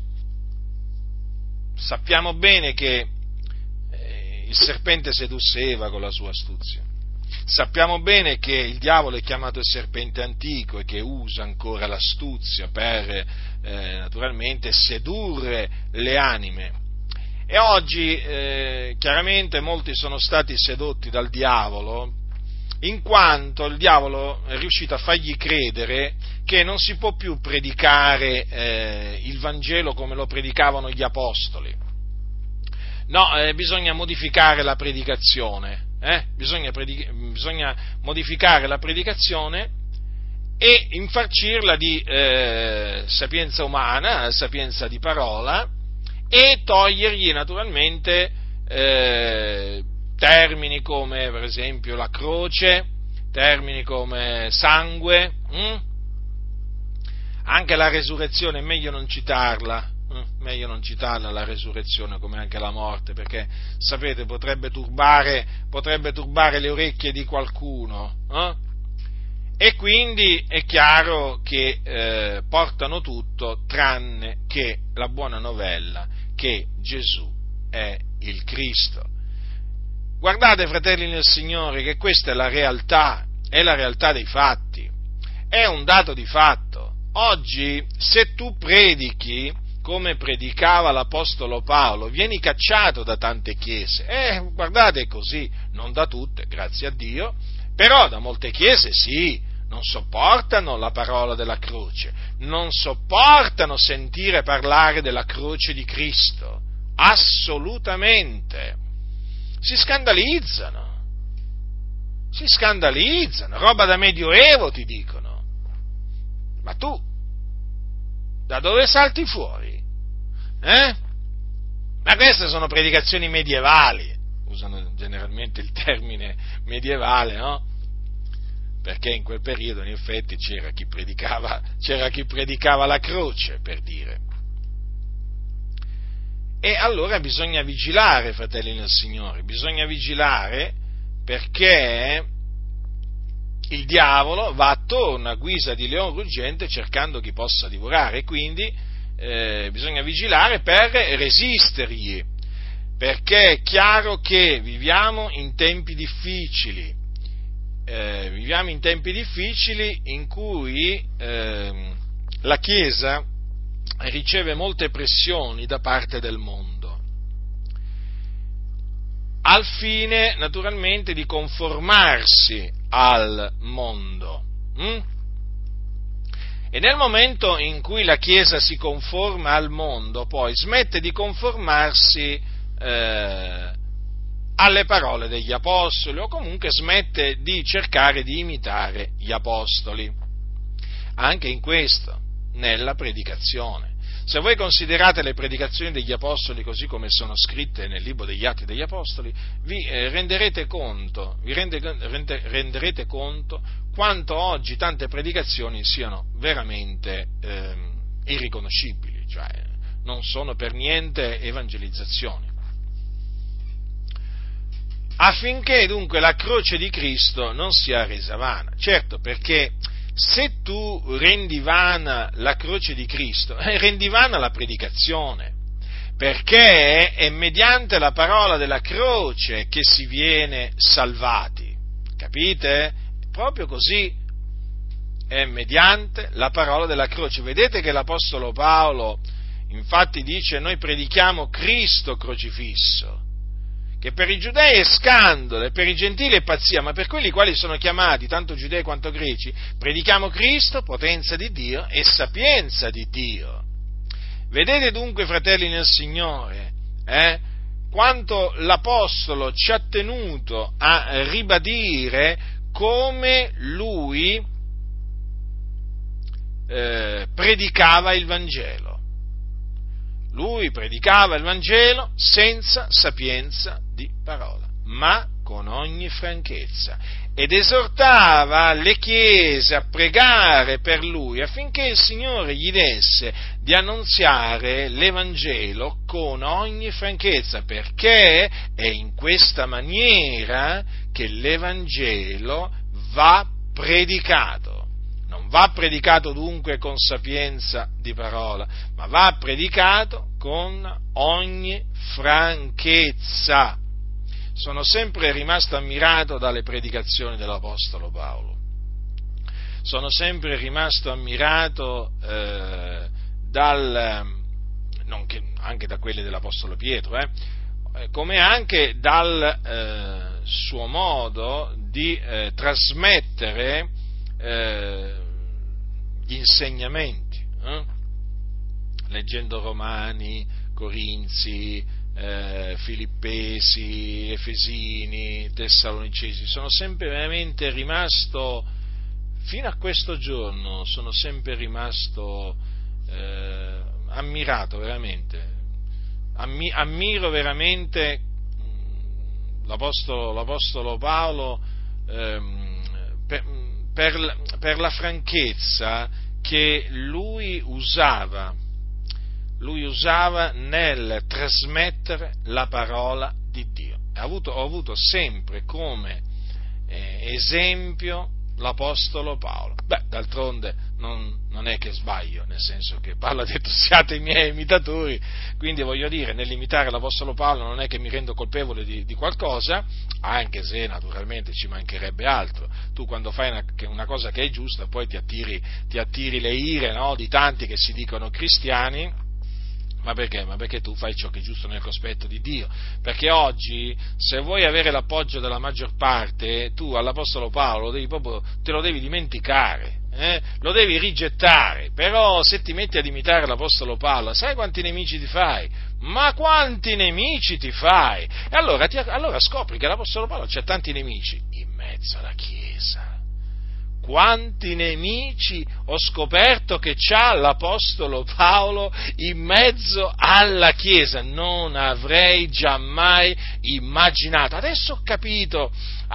sappiamo bene che il serpente sedusse Eva con la sua astuzia. Sappiamo bene che il diavolo è chiamato il serpente antico e che usa ancora l'astuzia per naturalmente sedurre le anime. E oggi chiaramente molti sono stati sedotti dal diavolo, in quanto il diavolo è riuscito a fargli credere che non si può più predicare il Vangelo come lo predicavano gli apostoli. No, bisogna modificare la predicazione, bisogna modificare la predicazione e infarcirla di sapienza umana, sapienza di parola, e togliergli naturalmente termini come per esempio la croce, termini come sangue, anche la resurrezione è meglio non citarla la resurrezione, come anche la morte, perché sapete potrebbe turbare le orecchie di qualcuno, e quindi è chiaro che portano tutto tranne che la buona novella che Gesù è il Cristo. Guardate, fratelli nel Signore, che questa è la realtà dei fatti, è un dato di fatto. Oggi, se tu predichi come predicava l'Apostolo Paolo, vieni cacciato da tante chiese. Guardate, è così, non da tutte, grazie a Dio, però da molte chiese sì, non sopportano la parola della croce, non sopportano sentire parlare della croce di Cristo, assolutamente. Si scandalizzano, roba da medioevo ti dicono. Ma tu, da dove salti fuori? Ma queste sono predicazioni medievali, usano generalmente il termine medievale, no? Perché in quel periodo in effetti c'era chi predicava la croce, per dire. E allora bisogna vigilare, fratelli nel Signore, bisogna vigilare perché il diavolo va attorno a guisa di leone ruggente cercando chi possa divorare, e quindi bisogna vigilare per resistergli, perché è chiaro che viviamo in tempi difficili in cui la Chiesa riceve molte pressioni da parte del mondo, al fine naturalmente di conformarsi al mondo. E nel momento in cui la Chiesa si conforma al mondo, poi smette di conformarsi alle parole degli apostoli, o comunque smette di cercare di imitare gli apostoli. Anche in questo, nella predicazione. Se voi considerate le predicazioni degli apostoli così come sono scritte nel libro degli Atti degli Apostoli, vi renderete conto quanto oggi tante predicazioni siano veramente irriconoscibili, cioè non sono per niente evangelizzazioni. Affinché dunque la croce di Cristo non sia resa vana. Certo, perché se tu rendi vana la croce di Cristo, rendi vana la predicazione, perché è mediante la parola della croce che si viene salvati, capite? Proprio così, è mediante la parola della croce. Vedete che l'Apostolo Paolo infatti dice: noi predichiamo Cristo crocifisso, che per i giudei è scandalo e per i gentili è pazzia, ma per quelli quali sono chiamati, tanto giudei quanto greci, predichiamo Cristo, potenza di Dio e sapienza di Dio. Vedete dunque, fratelli nel Signore, quanto l'Apostolo ci ha tenuto a ribadire come lui predicava il Vangelo. Lui predicava il Vangelo senza sapienza di parola, ma con ogni franchezza, ed esortava le chiese a pregare per lui affinché il Signore gli desse di annunziare l'Evangelo con ogni franchezza, perché è in questa maniera che l'Evangelo va predicato. Non va predicato dunque con sapienza di parola, ma va predicato con ogni franchezza. Sono sempre rimasto ammirato dalle predicazioni dell'Apostolo Paolo. Sono sempre rimasto ammirato anche da quelle dell'Apostolo Pietro, come anche dal suo modo di trasmettere gli insegnamenti, leggendo Romani, Corinzi, Filippesi, Efesini, Tessalonicesi, sono sempre veramente rimasto, fino a questo giorno, sono sempre rimasto ammirato veramente, ammiro veramente l'Apostolo Paolo per la franchezza che lui usava nel trasmettere la parola di Dio. Ho avuto sempre come esempio l'Apostolo Paolo. D'altronde non è che sbaglio, nel senso che Paolo ha detto siate i miei imitatori, quindi voglio dire, nell'imitare l'Apostolo Paolo non è che mi rendo colpevole di qualcosa, anche se naturalmente ci mancherebbe altro. Tu quando fai una cosa che è giusta poi ti attiri le ire, no, di tanti che si dicono cristiani. Ma perché? Ma perché tu fai ciò che è giusto nel cospetto di Dio. Perché oggi, se vuoi avere l'appoggio della maggior parte, tu all'Apostolo Paolo te lo devi dimenticare, lo devi rigettare. Però se ti metti ad imitare l'Apostolo Paolo, sai quanti nemici ti fai? Ma quanti nemici ti fai? E allora scopri che l'Apostolo Paolo c'ha tanti nemici in mezzo alla Chiesa. Quanti nemici ho scoperto che c'ha l'Apostolo Paolo in mezzo alla Chiesa, non avrei giammai immaginato. Adesso ho capito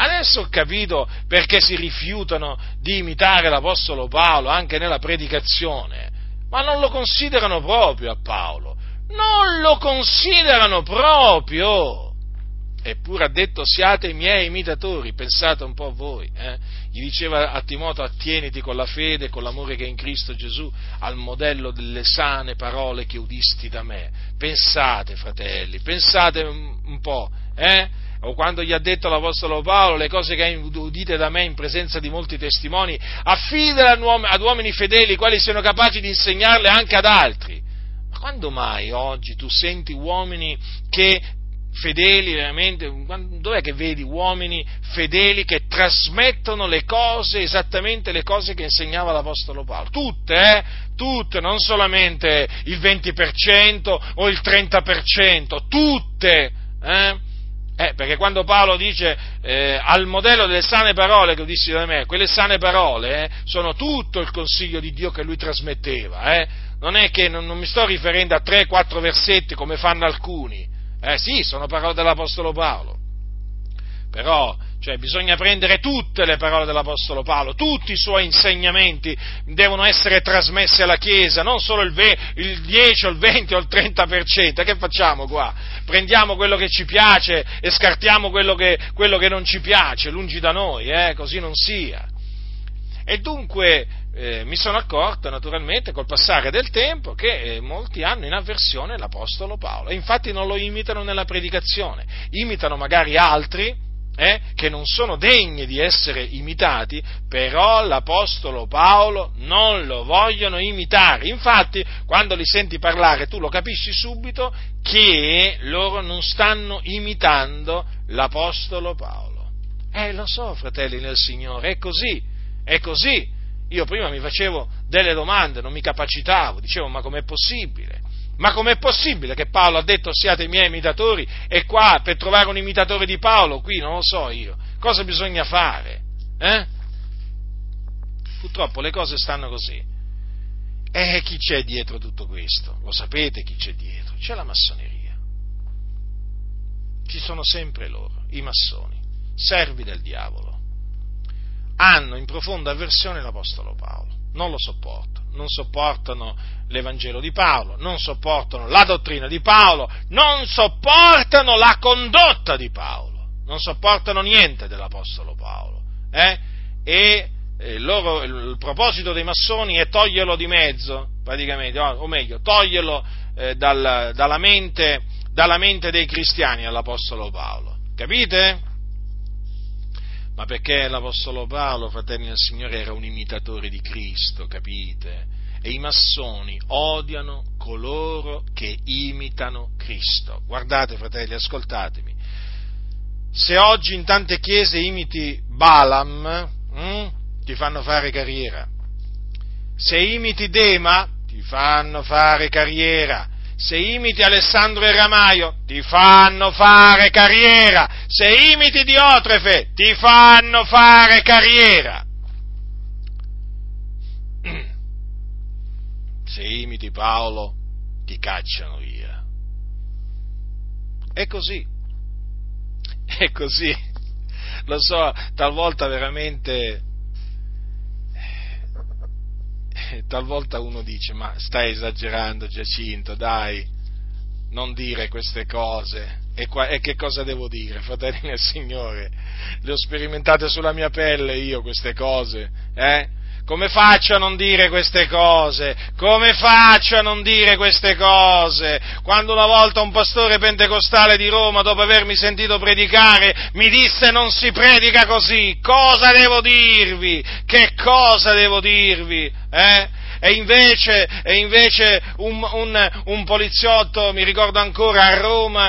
perché si rifiutano di imitare l'Apostolo Paolo anche nella predicazione, ma non lo considerano proprio a Paolo, non lo considerano proprio. Eppure ha detto siate i miei imitatori, pensate un po' a voi, Gli diceva a Timoteo attieniti con la fede e con l'amore che è in Cristo Gesù al modello delle sane parole che udisti da me. Pensate, fratelli, pensate un po', O quando gli ha detto l'Apostolo Paolo le cose che hai udite da me in presenza di molti testimoni, affidale ad uomini fedeli quali siano capaci di insegnarle anche ad altri. Ma quando mai oggi tu senti uomini fedeli veramente, dov'è che vedi uomini fedeli che trasmettono le cose, esattamente le cose che insegnava l'Apostolo Paolo? Tutte, non solamente il 20% o il 30%, tutte, perché quando Paolo dice al modello delle sane parole che udissi da me, quelle sane parole sono tutto il consiglio di Dio che lui trasmetteva, non è che non mi sto riferendo a 3-4 versetti come fanno alcuni. Sì, sono parole dell'Apostolo Paolo, però bisogna prendere tutte le parole dell'Apostolo Paolo, tutti i suoi insegnamenti devono essere trasmessi alla Chiesa, non solo il 10 o il 20 o il 30%, che facciamo qua? Prendiamo quello che ci piace e scartiamo quello che non ci piace, lungi da noi, così non sia. E dunque mi sono accorto naturalmente col passare del tempo che molti hanno in avversione l'Apostolo Paolo e infatti non lo imitano nella predicazione, imitano magari altri che non sono degne di essere imitati, però l'Apostolo Paolo non lo vogliono imitare. Infatti, quando li senti parlare, tu lo capisci subito che loro non stanno imitando l'Apostolo Paolo. Lo so, fratelli nel Signore, è così, è così. Io prima mi facevo delle domande, non mi capacitavo, dicevo, ma com'è possibile? Ma com'è possibile che Paolo ha detto siate i miei imitatori e qua per trovare un imitatore di Paolo, qui non lo so io, cosa bisogna fare? Purtroppo le cose stanno così. E chi c'è dietro tutto questo? Lo sapete chi c'è dietro? C'è la massoneria. Ci sono sempre loro, i massoni, servi del diavolo. Hanno in profonda avversione l'Apostolo Paolo, non lo sopportano, non sopportano l'Evangelo di Paolo, non sopportano la dottrina di Paolo, non sopportano la condotta di Paolo, non sopportano niente dell'Apostolo Paolo, il proposito dei massoni è toglierlo di mezzo, praticamente, o meglio, toglierlo dalla mente dei cristiani all'Apostolo Paolo, capite? Ma perché l'Apostolo Paolo, fratelli del Signore, era un imitatore di Cristo, capite? E i massoni odiano coloro che imitano Cristo. Guardate, fratelli, ascoltatemi. Se oggi in tante chiese imiti Balaam, ti fanno fare carriera. Se imiti Dema, ti fanno fare carriera. Se imiti Alessandro Eramaio, ti fanno fare carriera. Se imiti Diotrefe, ti fanno fare carriera. Se imiti Paolo, ti cacciano via. È così. È così. Lo so, talvolta veramente... Talvolta uno dice, ma stai esagerando Giacinto, dai, non dire queste cose. E che cosa devo dire, fratelli nel Signore? Le ho sperimentate sulla mia pelle io queste cose, Come faccio a non dire queste cose? Come faccio a non dire queste cose? Quando una volta un pastore pentecostale di Roma, dopo avermi sentito predicare, mi disse non si predica così, cosa devo dirvi? Che cosa devo dirvi? E invece un poliziotto, mi ricordo ancora a Roma,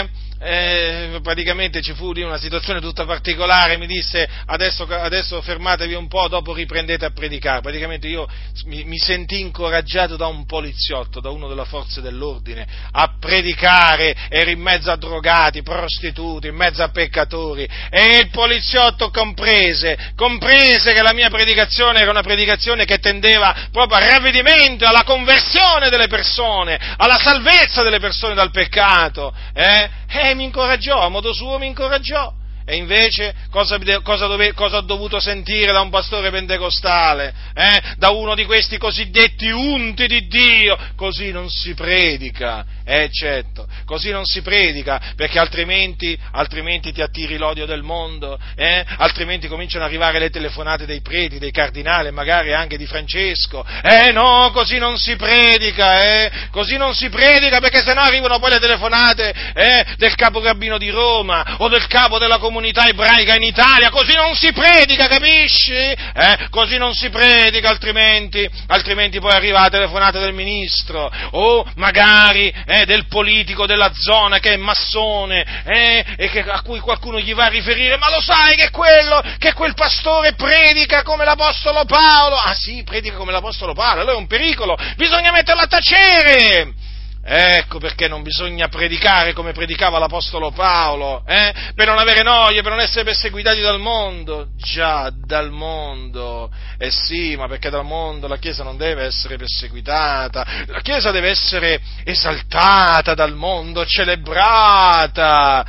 praticamente ci fu lì una situazione tutta particolare, mi disse adesso fermatevi un po', dopo riprendete a predicare. Praticamente io mi sentii incoraggiato da un poliziotto, da uno della forza dell'ordine, a predicare. Ero in mezzo a drogati, prostituti, in mezzo a peccatori, e il poliziotto comprese che la mia predicazione era una predicazione che tendeva proprio al ravvedimento, alla conversione delle persone, alla salvezza delle persone dal peccato, mi incoraggiò, a modo suo mi incoraggiò. E invece cosa ho dovuto sentire da un pastore pentecostale? Da uno di questi cosiddetti unti di Dio? Così non si predica, certo, così non si predica, perché altrimenti ti attiri l'odio del mondo, altrimenti cominciano ad arrivare le telefonate dei preti, dei cardinali, magari anche di Francesco. No, così non si predica, così non si predica, perché sennò arrivano poi le telefonate del capo rabbino di Roma o del capo della comunità ebraica in Italia. Così non si predica, capisci? Così non si predica, altrimenti poi arriva la telefonata del ministro o magari del politico della zona che è massone, a cui qualcuno gli va a riferire: ma lo sai che quel pastore predica come l'Apostolo Paolo? Ah sì, predica come l'Apostolo Paolo, allora è un pericolo, bisogna metterlo a tacere. Ecco perché non bisogna predicare come predicava l'Apostolo Paolo, per non avere noie, per non essere perseguitati dal mondo. Già, dal mondo, sì, ma perché dal mondo la Chiesa non deve essere perseguitata, la Chiesa deve essere esaltata dal mondo, celebrata,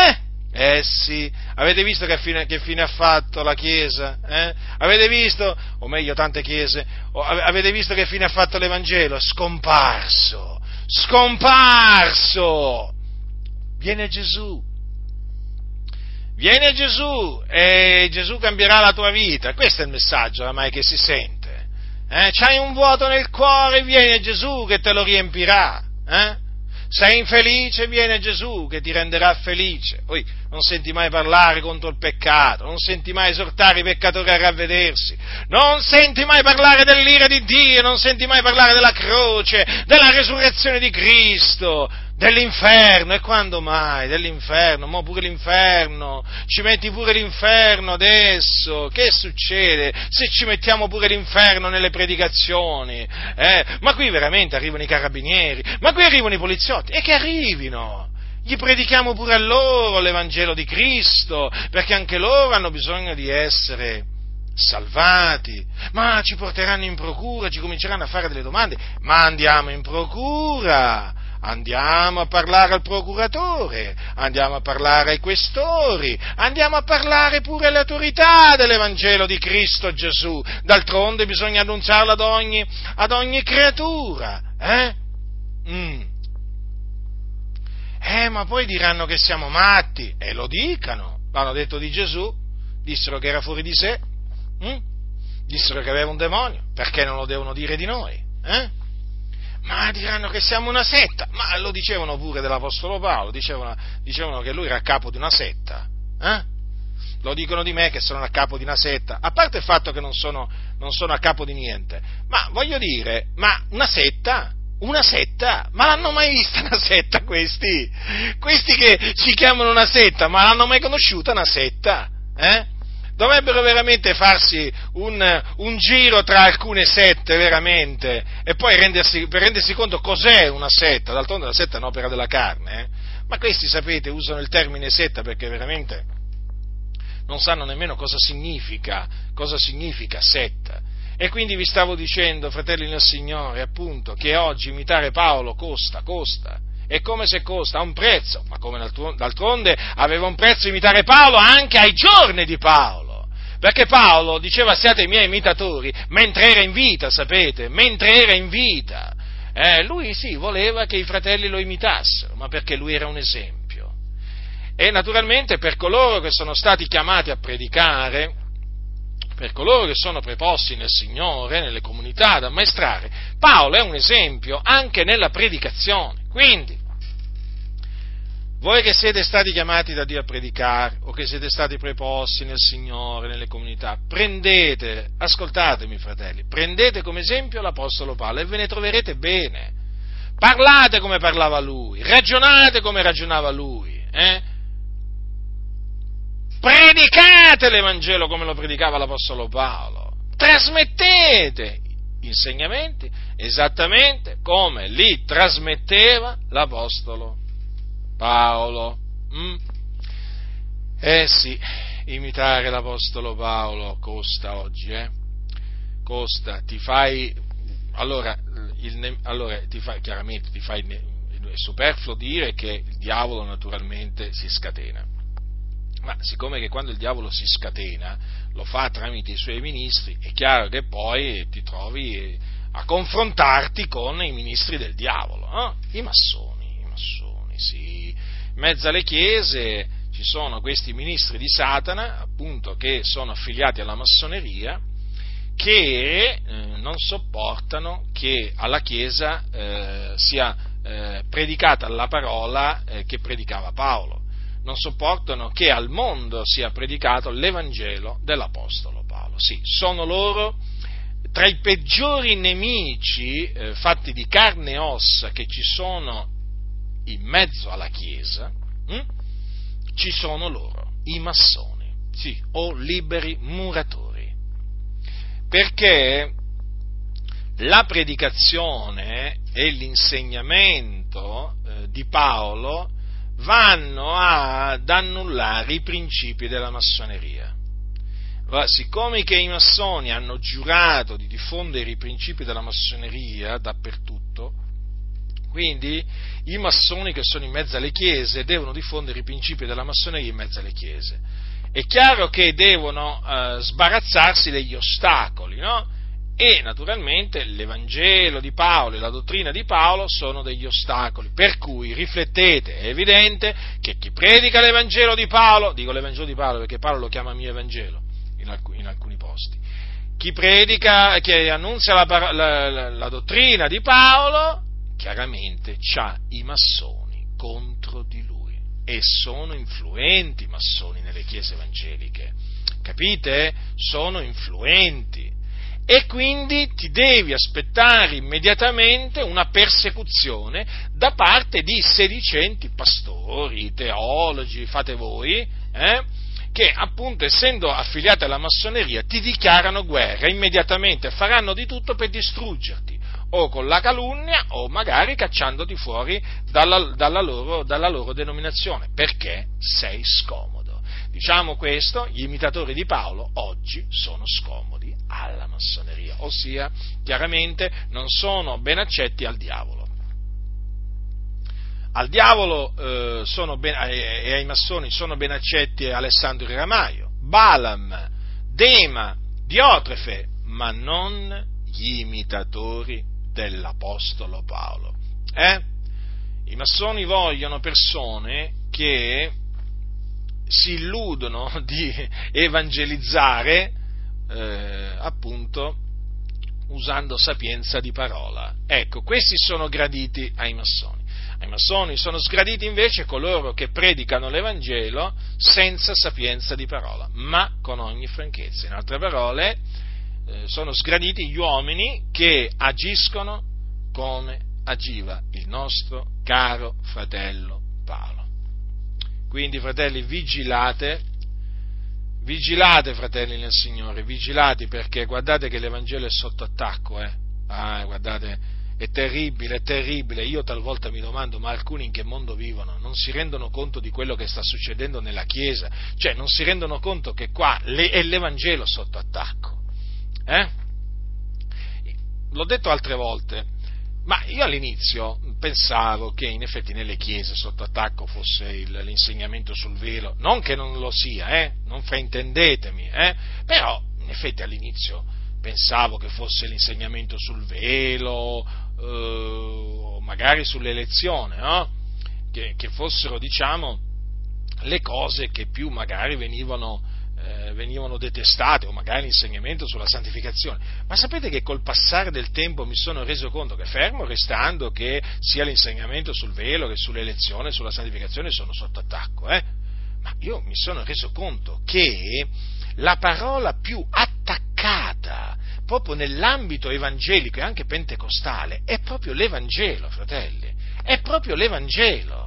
sì, avete visto che fine ha fatto la Chiesa? Avete visto, o meglio tante chiese, avete visto che fine ha fatto l'Evangelo? Scomparso! Viene Gesù e Gesù cambierà la tua vita. Questo è il messaggio oramai che si sente. C'hai un vuoto nel cuore, viene Gesù che te lo riempirà. Sei infelice? Viene Gesù che ti renderà felice. Poi non senti mai parlare contro il peccato, non senti mai esortare i peccatori a ravvedersi, non senti mai parlare dell'ira di Dio, non senti mai parlare della croce, della resurrezione di Cristo, dell'inferno. E quando mai? Dell'inferno? Mo pure l'inferno, ci metti pure l'inferno adesso, che succede se ci mettiamo pure l'inferno nelle predicazioni? Ma qui veramente arrivano i carabinieri, ma qui arrivano i poliziotti, e che arrivino! Gli predichiamo pure a loro l'Evangelo di Cristo, perché anche loro hanno bisogno di essere salvati. Ma ci porteranno in procura, ci cominceranno a fare delle domande, ma andiamo in procura, andiamo a parlare al procuratore, andiamo a parlare ai questori, andiamo a parlare pure alle autorità dell'Evangelo di Cristo Gesù. D'altronde bisogna annunziarlo ad ogni creatura, ma poi diranno che siamo matti, e lo dicano, l'hanno detto di Gesù, dissero che era fuori di sé, dissero che aveva un demonio, perché non lo devono dire di noi? Ma diranno che siamo una setta, ma lo dicevano pure dell'Apostolo Paolo, dicevano che lui era a capo di una setta, Lo dicono di me che sono a capo di una setta, a parte il fatto che non sono a capo di niente, ma voglio dire, ma una setta? Una setta? Ma l'hanno mai vista una setta questi? Questi che ci chiamano una setta, ma l'hanno mai conosciuta una setta? Dovrebbero veramente farsi un giro tra alcune sette, veramente, e poi per rendersi conto cos'è una setta. D'altronde la setta è un'opera della carne, Ma questi, sapete, usano il termine setta perché veramente non sanno nemmeno cosa significa setta. E quindi vi stavo dicendo, fratelli nel Signore, appunto, che oggi imitare Paolo costa, è come se costa, ha un prezzo, ma come d'altronde aveva un prezzo imitare Paolo anche ai giorni di Paolo, perché Paolo diceva siate i miei imitatori mentre era in vita, sapete, mentre era in vita. Lui sì, voleva che i fratelli lo imitassero, ma perché lui era un esempio. E naturalmente per coloro che sono stati chiamati a predicare, per coloro che sono preposti nel Signore, nelle comunità ad ammaestrare, Paolo è un esempio anche nella predicazione. Quindi, voi che siete stati chiamati da Dio a predicare, o che siete stati preposti nel Signore, nelle comunità, ascoltatemi fratelli, prendete come esempio l'Apostolo Paolo e ve ne troverete bene. Parlate come parlava lui, ragionate come ragionava lui, Predicate l'Evangelo come lo predicava l'Apostolo Paolo, trasmettete insegnamenti esattamente come li trasmetteva l'Apostolo Paolo. Sì, imitare l'Apostolo Paolo costa oggi, costa, è superfluo dire che il diavolo naturalmente si scatena. Ma siccome che quando il diavolo si scatena lo fa tramite i suoi ministri, è chiaro che poi ti trovi a confrontarti con i ministri del diavolo, I massoni, sì. In mezzo alle chiese ci sono questi ministri di Satana, appunto, che sono affiliati alla massoneria, che non sopportano che alla Chiesa sia predicata la parola che predicava Paolo. Non sopportano che al mondo sia predicato l'Evangelo dell'Apostolo Paolo. Sì, sono loro tra i peggiori nemici fatti di carne e ossa che ci sono in mezzo alla Chiesa, ci sono loro, i massoni, sì, o liberi muratori. Perché la predicazione e l'insegnamento di Paolo vanno ad annullare i principi della massoneria. Allora, siccome che i massoni hanno giurato di diffondere i principi della massoneria dappertutto, quindi i massoni che sono in mezzo alle chiese devono diffondere i principi della massoneria in mezzo alle chiese. È chiaro che devono sbarazzarsi degli ostacoli, no? E naturalmente l'Evangelo di Paolo e la dottrina di Paolo sono degli ostacoli, per cui riflettete, è evidente che chi predica l'Evangelo di Paolo, dico l'Evangelo di Paolo perché Paolo lo chiama mio Evangelo in alcuni posti, chi predica, che annunzia la dottrina di Paolo, chiaramente c'ha i massoni contro di lui, e sono influenti i massoni nelle chiese evangeliche, capite? Sono influenti, e quindi ti devi aspettare immediatamente una persecuzione da parte di sedicenti pastori, teologi, fate voi, che appunto, essendo affiliati alla massoneria, ti dichiarano guerra immediatamente, faranno di tutto per distruggerti, o con la calunnia o magari cacciandoti fuori dalla loro denominazione, perché sei scomodo. Diciamo questo, gli imitatori di Paolo oggi sono scomodi alla massoneria, ossia chiaramente non sono ben accetti al diavolo. Al diavolo e ai massoni sono ben accetti Alessandro il Ramaio, Balaam, Dema, Diotrefe, ma non gli imitatori dell'Apostolo Paolo. I massoni vogliono persone che si illudono di evangelizzare, appunto, usando sapienza di parola. Ecco, questi sono graditi ai massoni. Ai massoni sono sgraditi invece coloro che predicano l'Evangelo senza sapienza di parola, ma con ogni franchezza. In altre parole, sono sgraditi gli uomini che agiscono come agiva il nostro caro fratello Paolo. Quindi, fratelli, vigilate, fratelli nel Signore, vigilate, perché guardate che l'Evangelo è sotto attacco, guardate, è terribile, io talvolta mi domando, ma alcuni in che mondo vivono? Non si rendono conto di quello che sta succedendo nella Chiesa, cioè non si rendono conto che qua è l'Evangelo sotto attacco, L'ho detto altre volte, ma io all'inizio pensavo che in effetti nelle chiese sotto attacco fosse l'insegnamento sul velo, non che non lo sia, non fraintendetemi, però in effetti all'inizio pensavo che fosse l'insegnamento sul velo, o magari sull'elezione, no? Che fossero, diciamo, le cose che più magari venivano detestate, o magari l'insegnamento sulla santificazione. Ma sapete che col passare del tempo mi sono reso conto che, fermo restando che sia l'insegnamento sul velo che sull'elezione, sulla santificazione sono sotto attacco, ma io mi sono reso conto che la parola più attaccata proprio nell'ambito evangelico e anche pentecostale è proprio l'Evangelo, fratelli, è proprio l'Evangelo.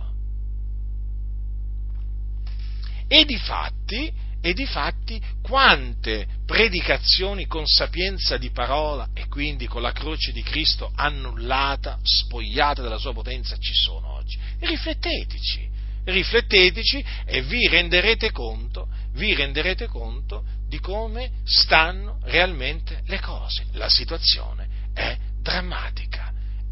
E difatti quante predicazioni con sapienza di parola e quindi con la croce di Cristo annullata, spogliata della sua potenza ci sono oggi. Rifletteteci e vi renderete conto di come stanno realmente le cose. La situazione è drammatica.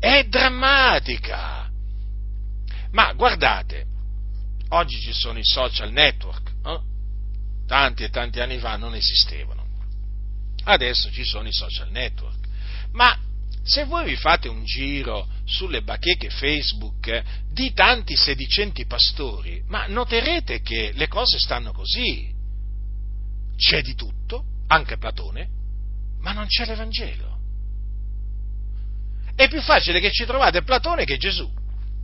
Ma guardate, oggi ci sono i social network, tanti e tanti anni fa non esistevano, adesso ci sono i social network, ma se voi vi fate un giro sulle bacheche Facebook di tanti sedicenti pastori, ma noterete che le cose stanno così, c'è di tutto, anche Platone, ma non c'è l'Evangelo. È più facile che ci trovate Platone che Gesù.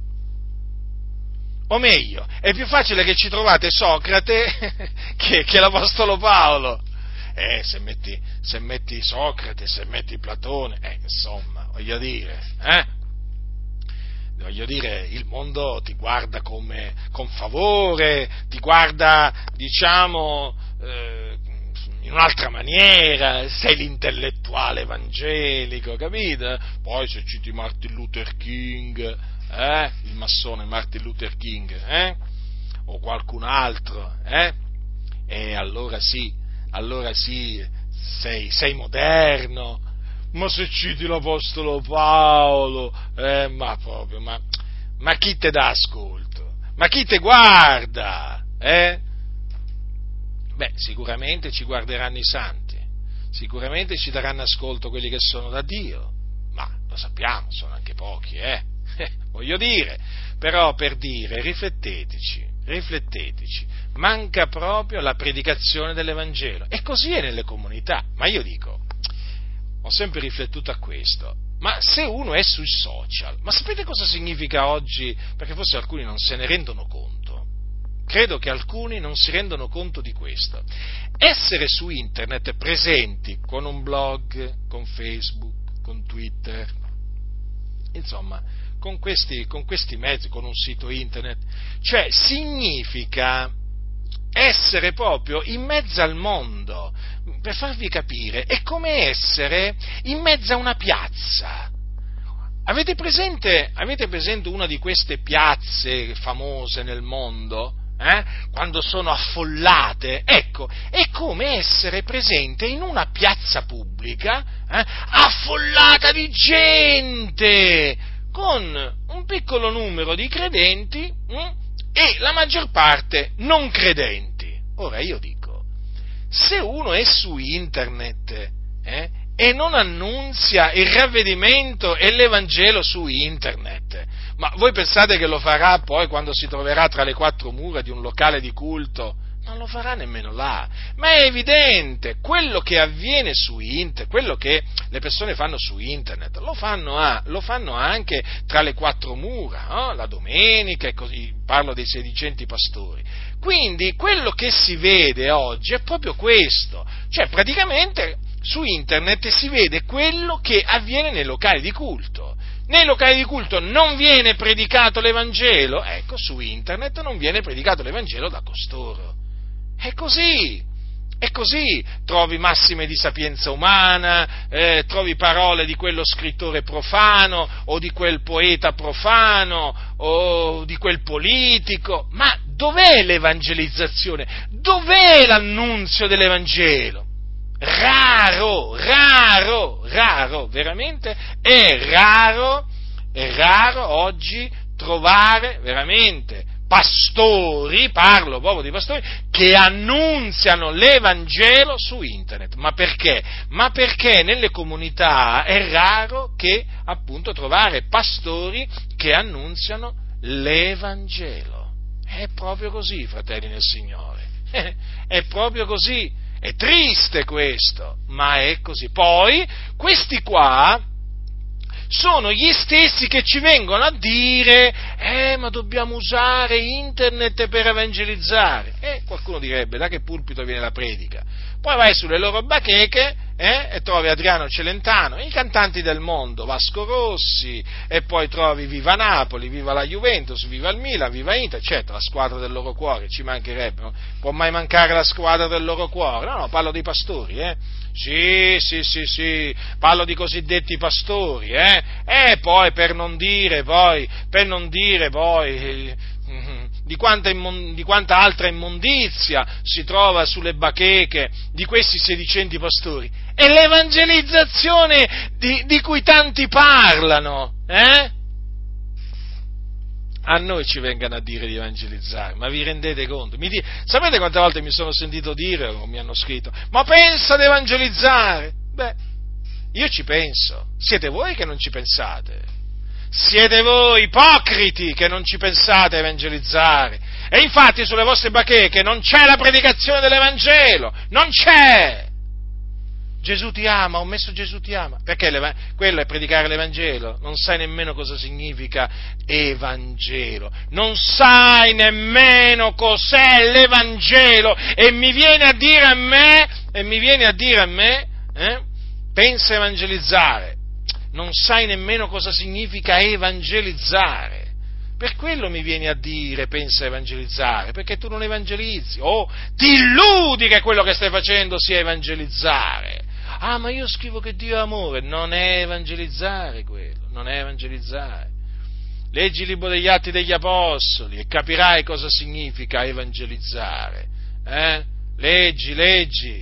O meglio, è più facile che ci trovate Socrate che l'Apostolo Paolo. Se metti Socrate, se metti Platone, insomma, voglio dire, il mondo ti guarda con favore, ti guarda, diciamo, in un'altra maniera, sei l'intellettuale evangelico, capite? Poi se citi Martin Luther King, il massone Martin Luther King, o qualcun altro, e allora sì, sei moderno. Ma se citi l'Apostolo Paolo, ma chi te dà ascolto? Ma chi te guarda? Beh, sicuramente ci guarderanno i santi, sicuramente ci daranno ascolto quelli che sono da Dio, ma lo sappiamo, sono anche pochi, voglio dire, però per dire, rifletteteci, manca proprio la predicazione dell'Evangelo, e così è nelle comunità, ma io dico, ho sempre riflettuto a questo, Ma se uno è sui social, ma sapete cosa significa oggi? Perché forse alcuni non se ne rendono conto. Credo che alcuni non si rendono conto di questo. Essere su internet presenti con un blog, con Facebook, con Twitter, insomma, con questi mezzi, con un sito internet, cioè significa essere proprio in mezzo al mondo. Per farvi capire, è come essere in mezzo a una piazza. Avete presente una di queste piazze famose nel mondo? Quando sono affollate? Ecco, è come essere presente in una piazza pubblica, affollata di gente, con un piccolo numero di credenti e la maggior parte non credenti. Ora io dico, se uno è su internet e non annunzia il ravvedimento e l'Evangelo su internet, ma voi pensate che lo farà poi quando si troverà tra le quattro mura di un locale di culto? Non lo farà nemmeno là, ma è evidente, quello che avviene su internet, quello che le persone fanno su internet, lo fanno anche tra le quattro mura, no? La domenica, e così, parlo dei sedicenti pastori. Quindi quello che si vede oggi è proprio questo, cioè praticamente su internet si vede quello che avviene nei locali di culto. Nei locali di culto non viene predicato l'Evangelo, ecco, su internet non viene predicato l'Evangelo da costoro. È così, trovi massime di sapienza umana, trovi parole di quello scrittore profano, o di quel poeta profano, o di quel politico, ma dov'è l'evangelizzazione? Dov'è l'annunzio dell'Evangelo? Raro, veramente è raro oggi trovare veramente pastori, parlo proprio di pastori, che annunziano l'Evangelo su internet. Ma perché? Ma perché nelle comunità è raro che appunto trovare pastori che annunziano l'Evangelo. È proprio così, fratelli nel Signore, è proprio così. È triste questo, ma è così. Poi, questi qua sono gli stessi che ci vengono a dire, ma dobbiamo usare internet per evangelizzare. Qualcuno direbbe, da che pulpito viene la predica? Poi vai sulle loro bacheche, e trovi Adriano Celentano, i cantanti del mondo, Vasco Rossi, e poi trovi Viva Napoli, Viva la Juventus, Viva il Milan, Viva Inter, certo, la squadra del loro cuore, ci mancherebbe, no? Può mai mancare la squadra del loro cuore? No, parlo dei pastori, Sì, parlo di cosiddetti pastori, E poi, per non dire poi, di quanta altra immondizia si trova sulle bacheche di questi sedicenti pastori, e l'evangelizzazione di cui tanti parlano, A noi ci vengano a dire di evangelizzare, ma vi rendete conto? Sapete quante volte mi sono sentito dire, o mi hanno scritto, ma pensa ad evangelizzare? Beh, io ci penso, siete voi che non ci pensate. Siete voi ipocriti che non ci pensate a evangelizzare, e infatti sulle vostre bacheche non c'è la predicazione dell'Evangelo, non c'è. Gesù ti ama, ho messo Gesù ti ama, perché quello è predicare l'Evangelo? Non sai nemmeno cosa significa Evangelo, non sai nemmeno cos'è l'Evangelo, e mi viene a dire a me, pensa a evangelizzare. Non sai nemmeno cosa significa evangelizzare. Per quello mi vieni a dire pensa a evangelizzare, perché tu non evangelizzi, o ti illudi che quello che stai facendo sia evangelizzare. Ah, ma io scrivo che Dio è amore. Non è evangelizzare quello, non è evangelizzare. Leggi il libro degli Atti degli Apostoli e capirai cosa significa evangelizzare. Leggi.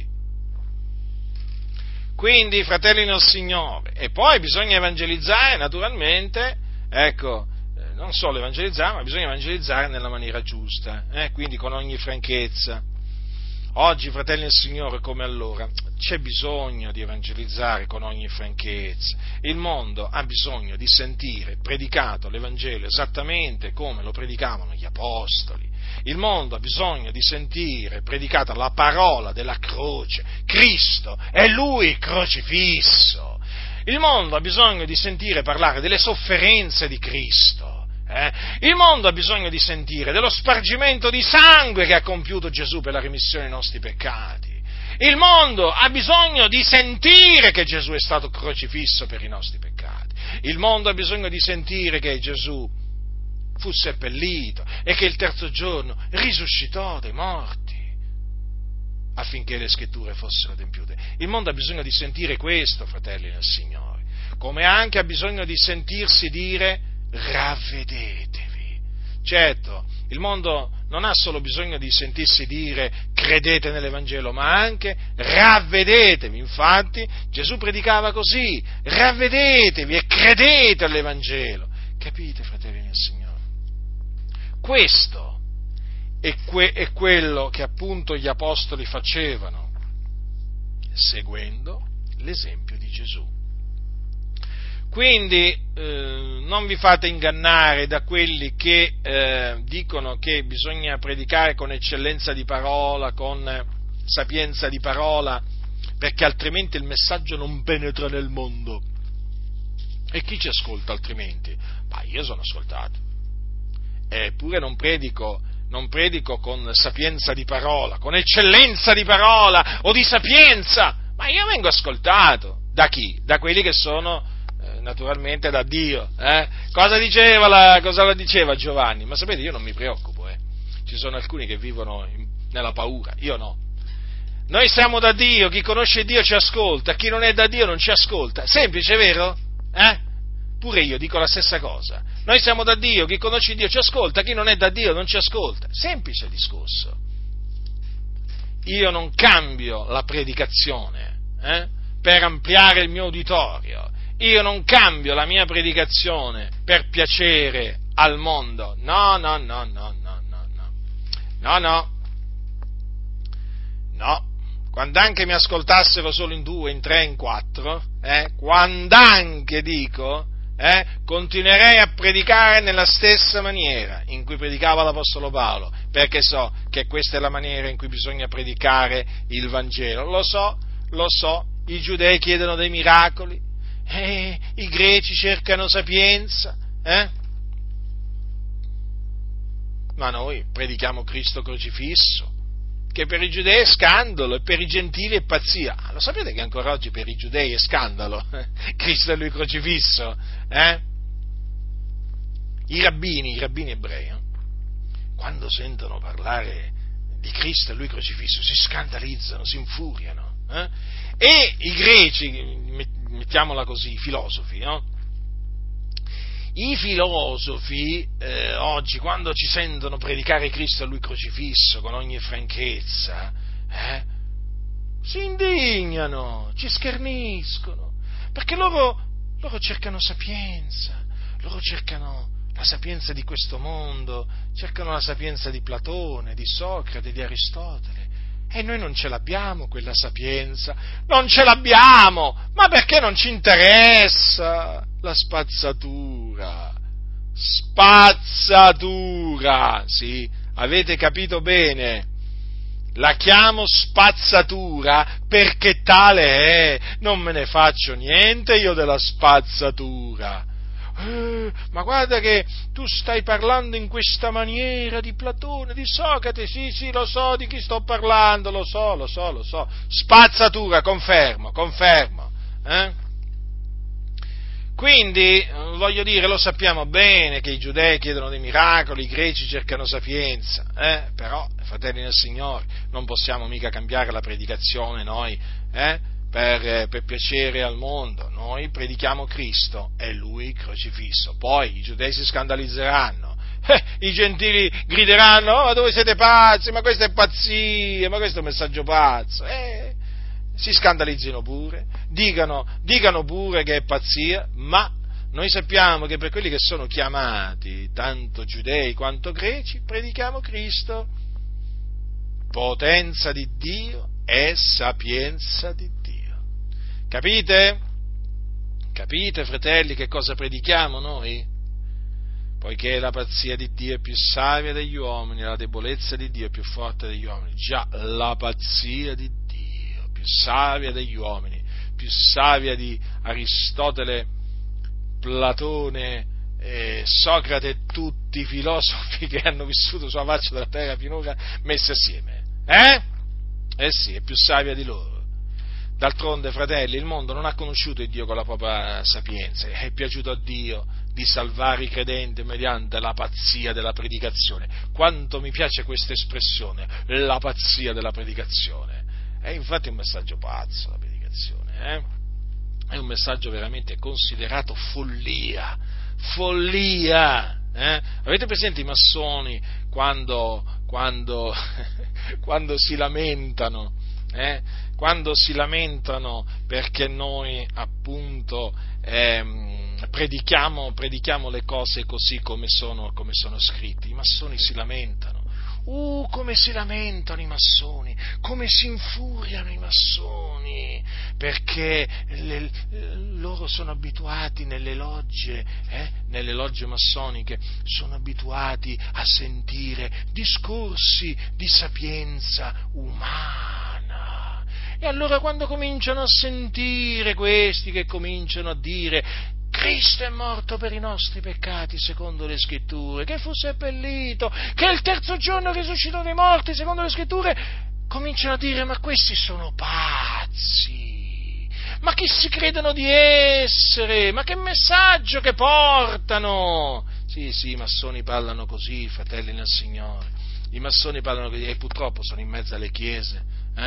Quindi, fratelli nel Signore, e poi bisogna evangelizzare, naturalmente, non solo evangelizzare, ma bisogna evangelizzare nella maniera giusta, quindi con ogni franchezza. Oggi, fratelli nel Signore, come allora, c'è bisogno di evangelizzare con ogni franchezza. Il mondo ha bisogno di sentire predicato l'Evangelo esattamente come lo predicavano gli Apostoli. Il mondo ha bisogno di sentire predicata la parola della croce. Cristo è Lui crocifisso. Il mondo ha bisogno di sentire parlare delle sofferenze di Cristo. Il mondo ha bisogno di sentire dello spargimento di sangue che ha compiuto Gesù per la remissione dei nostri peccati. Il mondo ha bisogno di sentire che Gesù è stato crocifisso per i nostri peccati. Il mondo ha bisogno di sentire che Gesù fu seppellito e che il terzo giorno risuscitò dai morti affinché le scritture fossero adempiute. Il mondo ha bisogno di sentire questo, fratelli nel Signore, come anche ha bisogno di sentirsi dire ravvedetevi. Certo, il mondo non ha solo bisogno di sentirsi dire credete nell'Evangelo, ma anche ravvedetevi. Infatti Gesù predicava così: ravvedetevi e credete all'Evangelo. Capite, fratelli nel Signore? Questo è quello che appunto gli apostoli facevano, seguendo l'esempio di Gesù. Quindi non vi fate ingannare da quelli che dicono che bisogna predicare con eccellenza di parola, con sapienza di parola, perché altrimenti il messaggio non penetra nel mondo. E chi ci ascolta altrimenti? Ma io sono ascoltato. Eppure non predico con sapienza di parola, con eccellenza di parola o di sapienza, ma io vengo ascoltato. Da chi? Da quelli che sono naturalmente da Dio. Cosa la diceva Giovanni? Ma sapete, io non mi preoccupo. Ci sono alcuni che vivono nella paura, io no. Noi siamo da Dio, chi conosce Dio ci ascolta, chi non è da Dio non ci ascolta. Semplice, vero? Pure io dico la stessa cosa. Noi siamo da Dio, chi conosce Dio ci ascolta, chi non è da Dio non ci ascolta. Semplice discorso. Io non cambio la predicazione per ampliare il mio uditorio. Io non cambio la mia predicazione per piacere al mondo. No. Quand'anche mi ascoltassero solo in 2, in 3, in 4, quand'anche dico, continuerei a predicare nella stessa maniera in cui predicava l'Apostolo Paolo, perché so che questa è la maniera in cui bisogna predicare il Vangelo. Lo so, i giudei chiedono dei miracoli, i greci cercano sapienza, ma noi predichiamo Cristo crocifisso, che per i giudei è scandalo e per i gentili è pazzia. Lo sapete che ancora oggi per i giudei è scandalo Cristo e lui crocifisso? I rabbini ebrei, quando sentono parlare di Cristo e lui crocifisso si scandalizzano, si infuriano. E i greci, mettiamola così, i filosofi, no? I filosofi oggi, quando ci sentono predicare Cristo a lui crocifisso con ogni franchezza, si indignano, ci scherniscono, perché loro cercano sapienza, loro cercano la sapienza di questo mondo, cercano la sapienza di Platone, di Socrate, di Aristotele. E noi non ce l'abbiamo quella sapienza, non ce l'abbiamo, ma perché non ci interessa la spazzatura, sì, avete capito bene, la chiamo spazzatura perché tale è, non me ne faccio niente io della spazzatura. Ma guarda che tu stai parlando in questa maniera di Platone, di Socrate, sì, lo so di chi sto parlando, lo so, spazzatura, confermo, Quindi, voglio dire, lo sappiamo bene che i giudei chiedono dei miracoli, i greci cercano sapienza, però, fratelli nel Signore, non possiamo mica cambiare la predicazione noi, per piacere al mondo. Noi predichiamo Cristo e Lui crocifisso. Poi i giudei si scandalizzeranno, i gentili grideranno: ma dove siete pazzi? Ma questa è pazzia, ma questo è un messaggio pazzo. Si scandalizzino pure, dicano pure che è pazzia, ma noi sappiamo che per quelli che sono chiamati, tanto giudei quanto greci, predichiamo Cristo, potenza di Dio e sapienza di Dio. Capite? Capite, fratelli, che cosa predichiamo noi? Poiché la pazzia di Dio è più savia degli uomini, la debolezza di Dio è più forte degli uomini. Già, la pazzia di Dio, più savia degli uomini, più savia di Aristotele, Platone, Socrate e tutti i filosofi che hanno vissuto sulla faccia della terra finora messi assieme. Sì, è più savia di loro. D'altronde, fratelli, il mondo non ha conosciuto il Dio con la propria sapienza, è piaciuto a Dio di salvare i credenti mediante la pazzia della predicazione. Quanto mi piace questa espressione, la pazzia della predicazione. È infatti un messaggio pazzo, la predicazione, È un messaggio veramente considerato follia. Avete presente i massoni quando si lamentano? Quando si lamentano perché noi appunto predichiamo le cose così come sono scritte. I massoni si lamentano. Come si lamentano i massoni, come si infuriano i massoni, perché loro sono abituati nelle logge massoniche, sono abituati a sentire discorsi di sapienza umana. E allora quando cominciano a sentire questi che cominciano a dire Cristo è morto per i nostri peccati secondo le scritture, che fu seppellito, che il terzo giorno risuscitò dai morti secondo le scritture, cominciano a dire ma questi sono pazzi, ma chi si credono di essere, ma che messaggio che portano? Sì, i massoni parlano così, fratelli nel Signore, i massoni parlano così e purtroppo sono in mezzo alle chiese,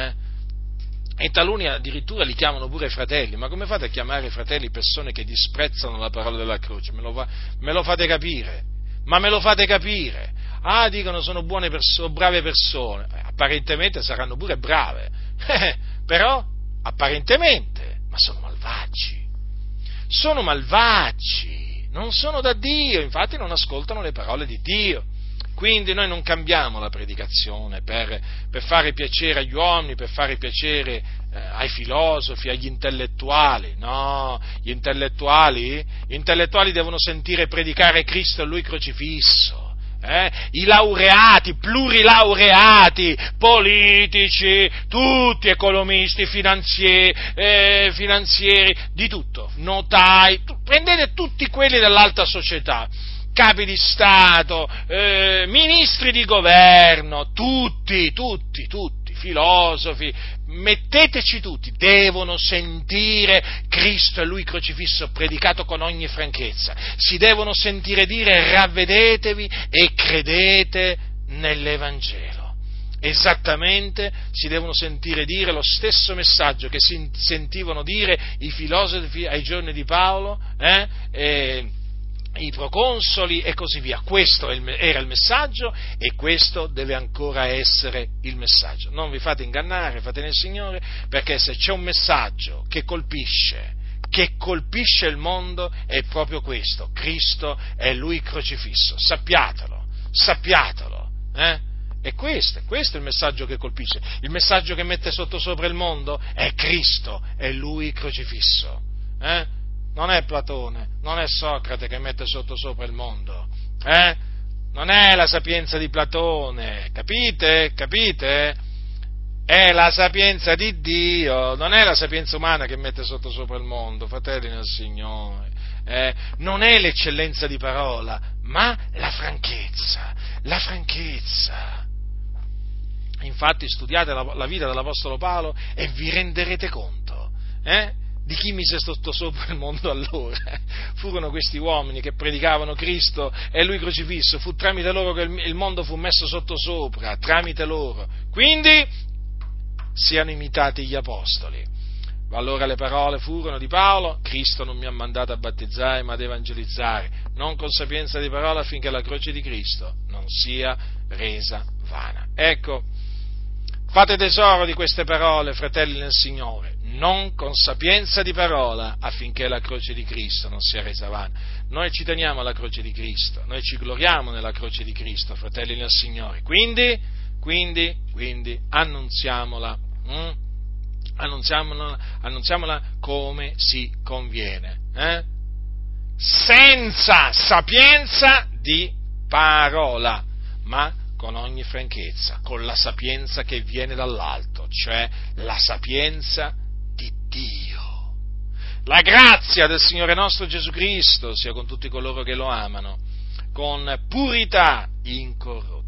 E taluni addirittura li chiamano pure fratelli. Ma come fate a chiamare fratelli persone che disprezzano la parola della croce? Me lo fate capire? Ma me lo fate capire? Dicono sono brave persone. Apparentemente saranno pure brave. Però, apparentemente, ma sono malvagi. Sono malvagi. Non sono da Dio. Infatti non ascoltano le parole di Dio. Quindi noi non cambiamo la predicazione per fare piacere agli uomini, per fare piacere ai filosofi, agli intellettuali. No, gli intellettuali devono sentire predicare Cristo e Lui crocifisso. I laureati, plurilaureati, politici, tutti economisti, finanzieri, di tutto, notai, prendete tutti quelli dell'alta società, capi di Stato, ministri di governo, tutti, filosofi, metteteci tutti, devono sentire Cristo e Lui crocifisso predicato con ogni franchezza, si devono sentire dire ravvedetevi e credete nell'Evangelo. Esattamente si devono sentire dire lo stesso messaggio che si sentivano dire i filosofi ai giorni di Paolo, i proconsoli e così via. Questo era il messaggio e questo deve ancora essere il messaggio. Non vi fate ingannare, fratelli del Signore, perché se c'è un messaggio che colpisce il mondo è proprio questo: Cristo è Lui crocifisso. Sappiatelo. E questo è il messaggio che colpisce. Il messaggio che mette sottosopra il mondo è Cristo è Lui crocifisso. Non è Platone, non è Socrate che mette sottosopra il mondo, Non è la sapienza di Platone, capite? È la sapienza di Dio, non è la sapienza umana che mette sottosopra il mondo, fratelli nel Signore. Non è l'eccellenza di parola, ma la franchezza. Infatti studiate la vita dell'Apostolo Paolo e vi renderete conto, di chi mise sottosopra il mondo allora. Furono questi uomini che predicavano Cristo e Lui crocifisso, fu tramite loro che il mondo fu messo sottosopra, tramite loro. Quindi siano imitati gli apostoli. Allora le parole furono di Paolo: Cristo non mi ha mandato a battezzare ma ad evangelizzare, non con sapienza di parola, affinché la croce di Cristo non sia resa vana. Ecco, fate tesoro di queste parole, fratelli nel Signore, non con sapienza di parola, affinché la croce di Cristo non sia resa vana. Noi ci teniamo alla croce di Cristo, noi ci gloriamo nella croce di Cristo, fratelli nel Signore. Quindi annunziamola come si conviene, senza sapienza di parola, ma con ogni franchezza, con la sapienza che viene dall'alto, cioè la sapienza di Dio. La grazia del Signore nostro Gesù Cristo sia con tutti coloro che lo amano, con purità incorrotta.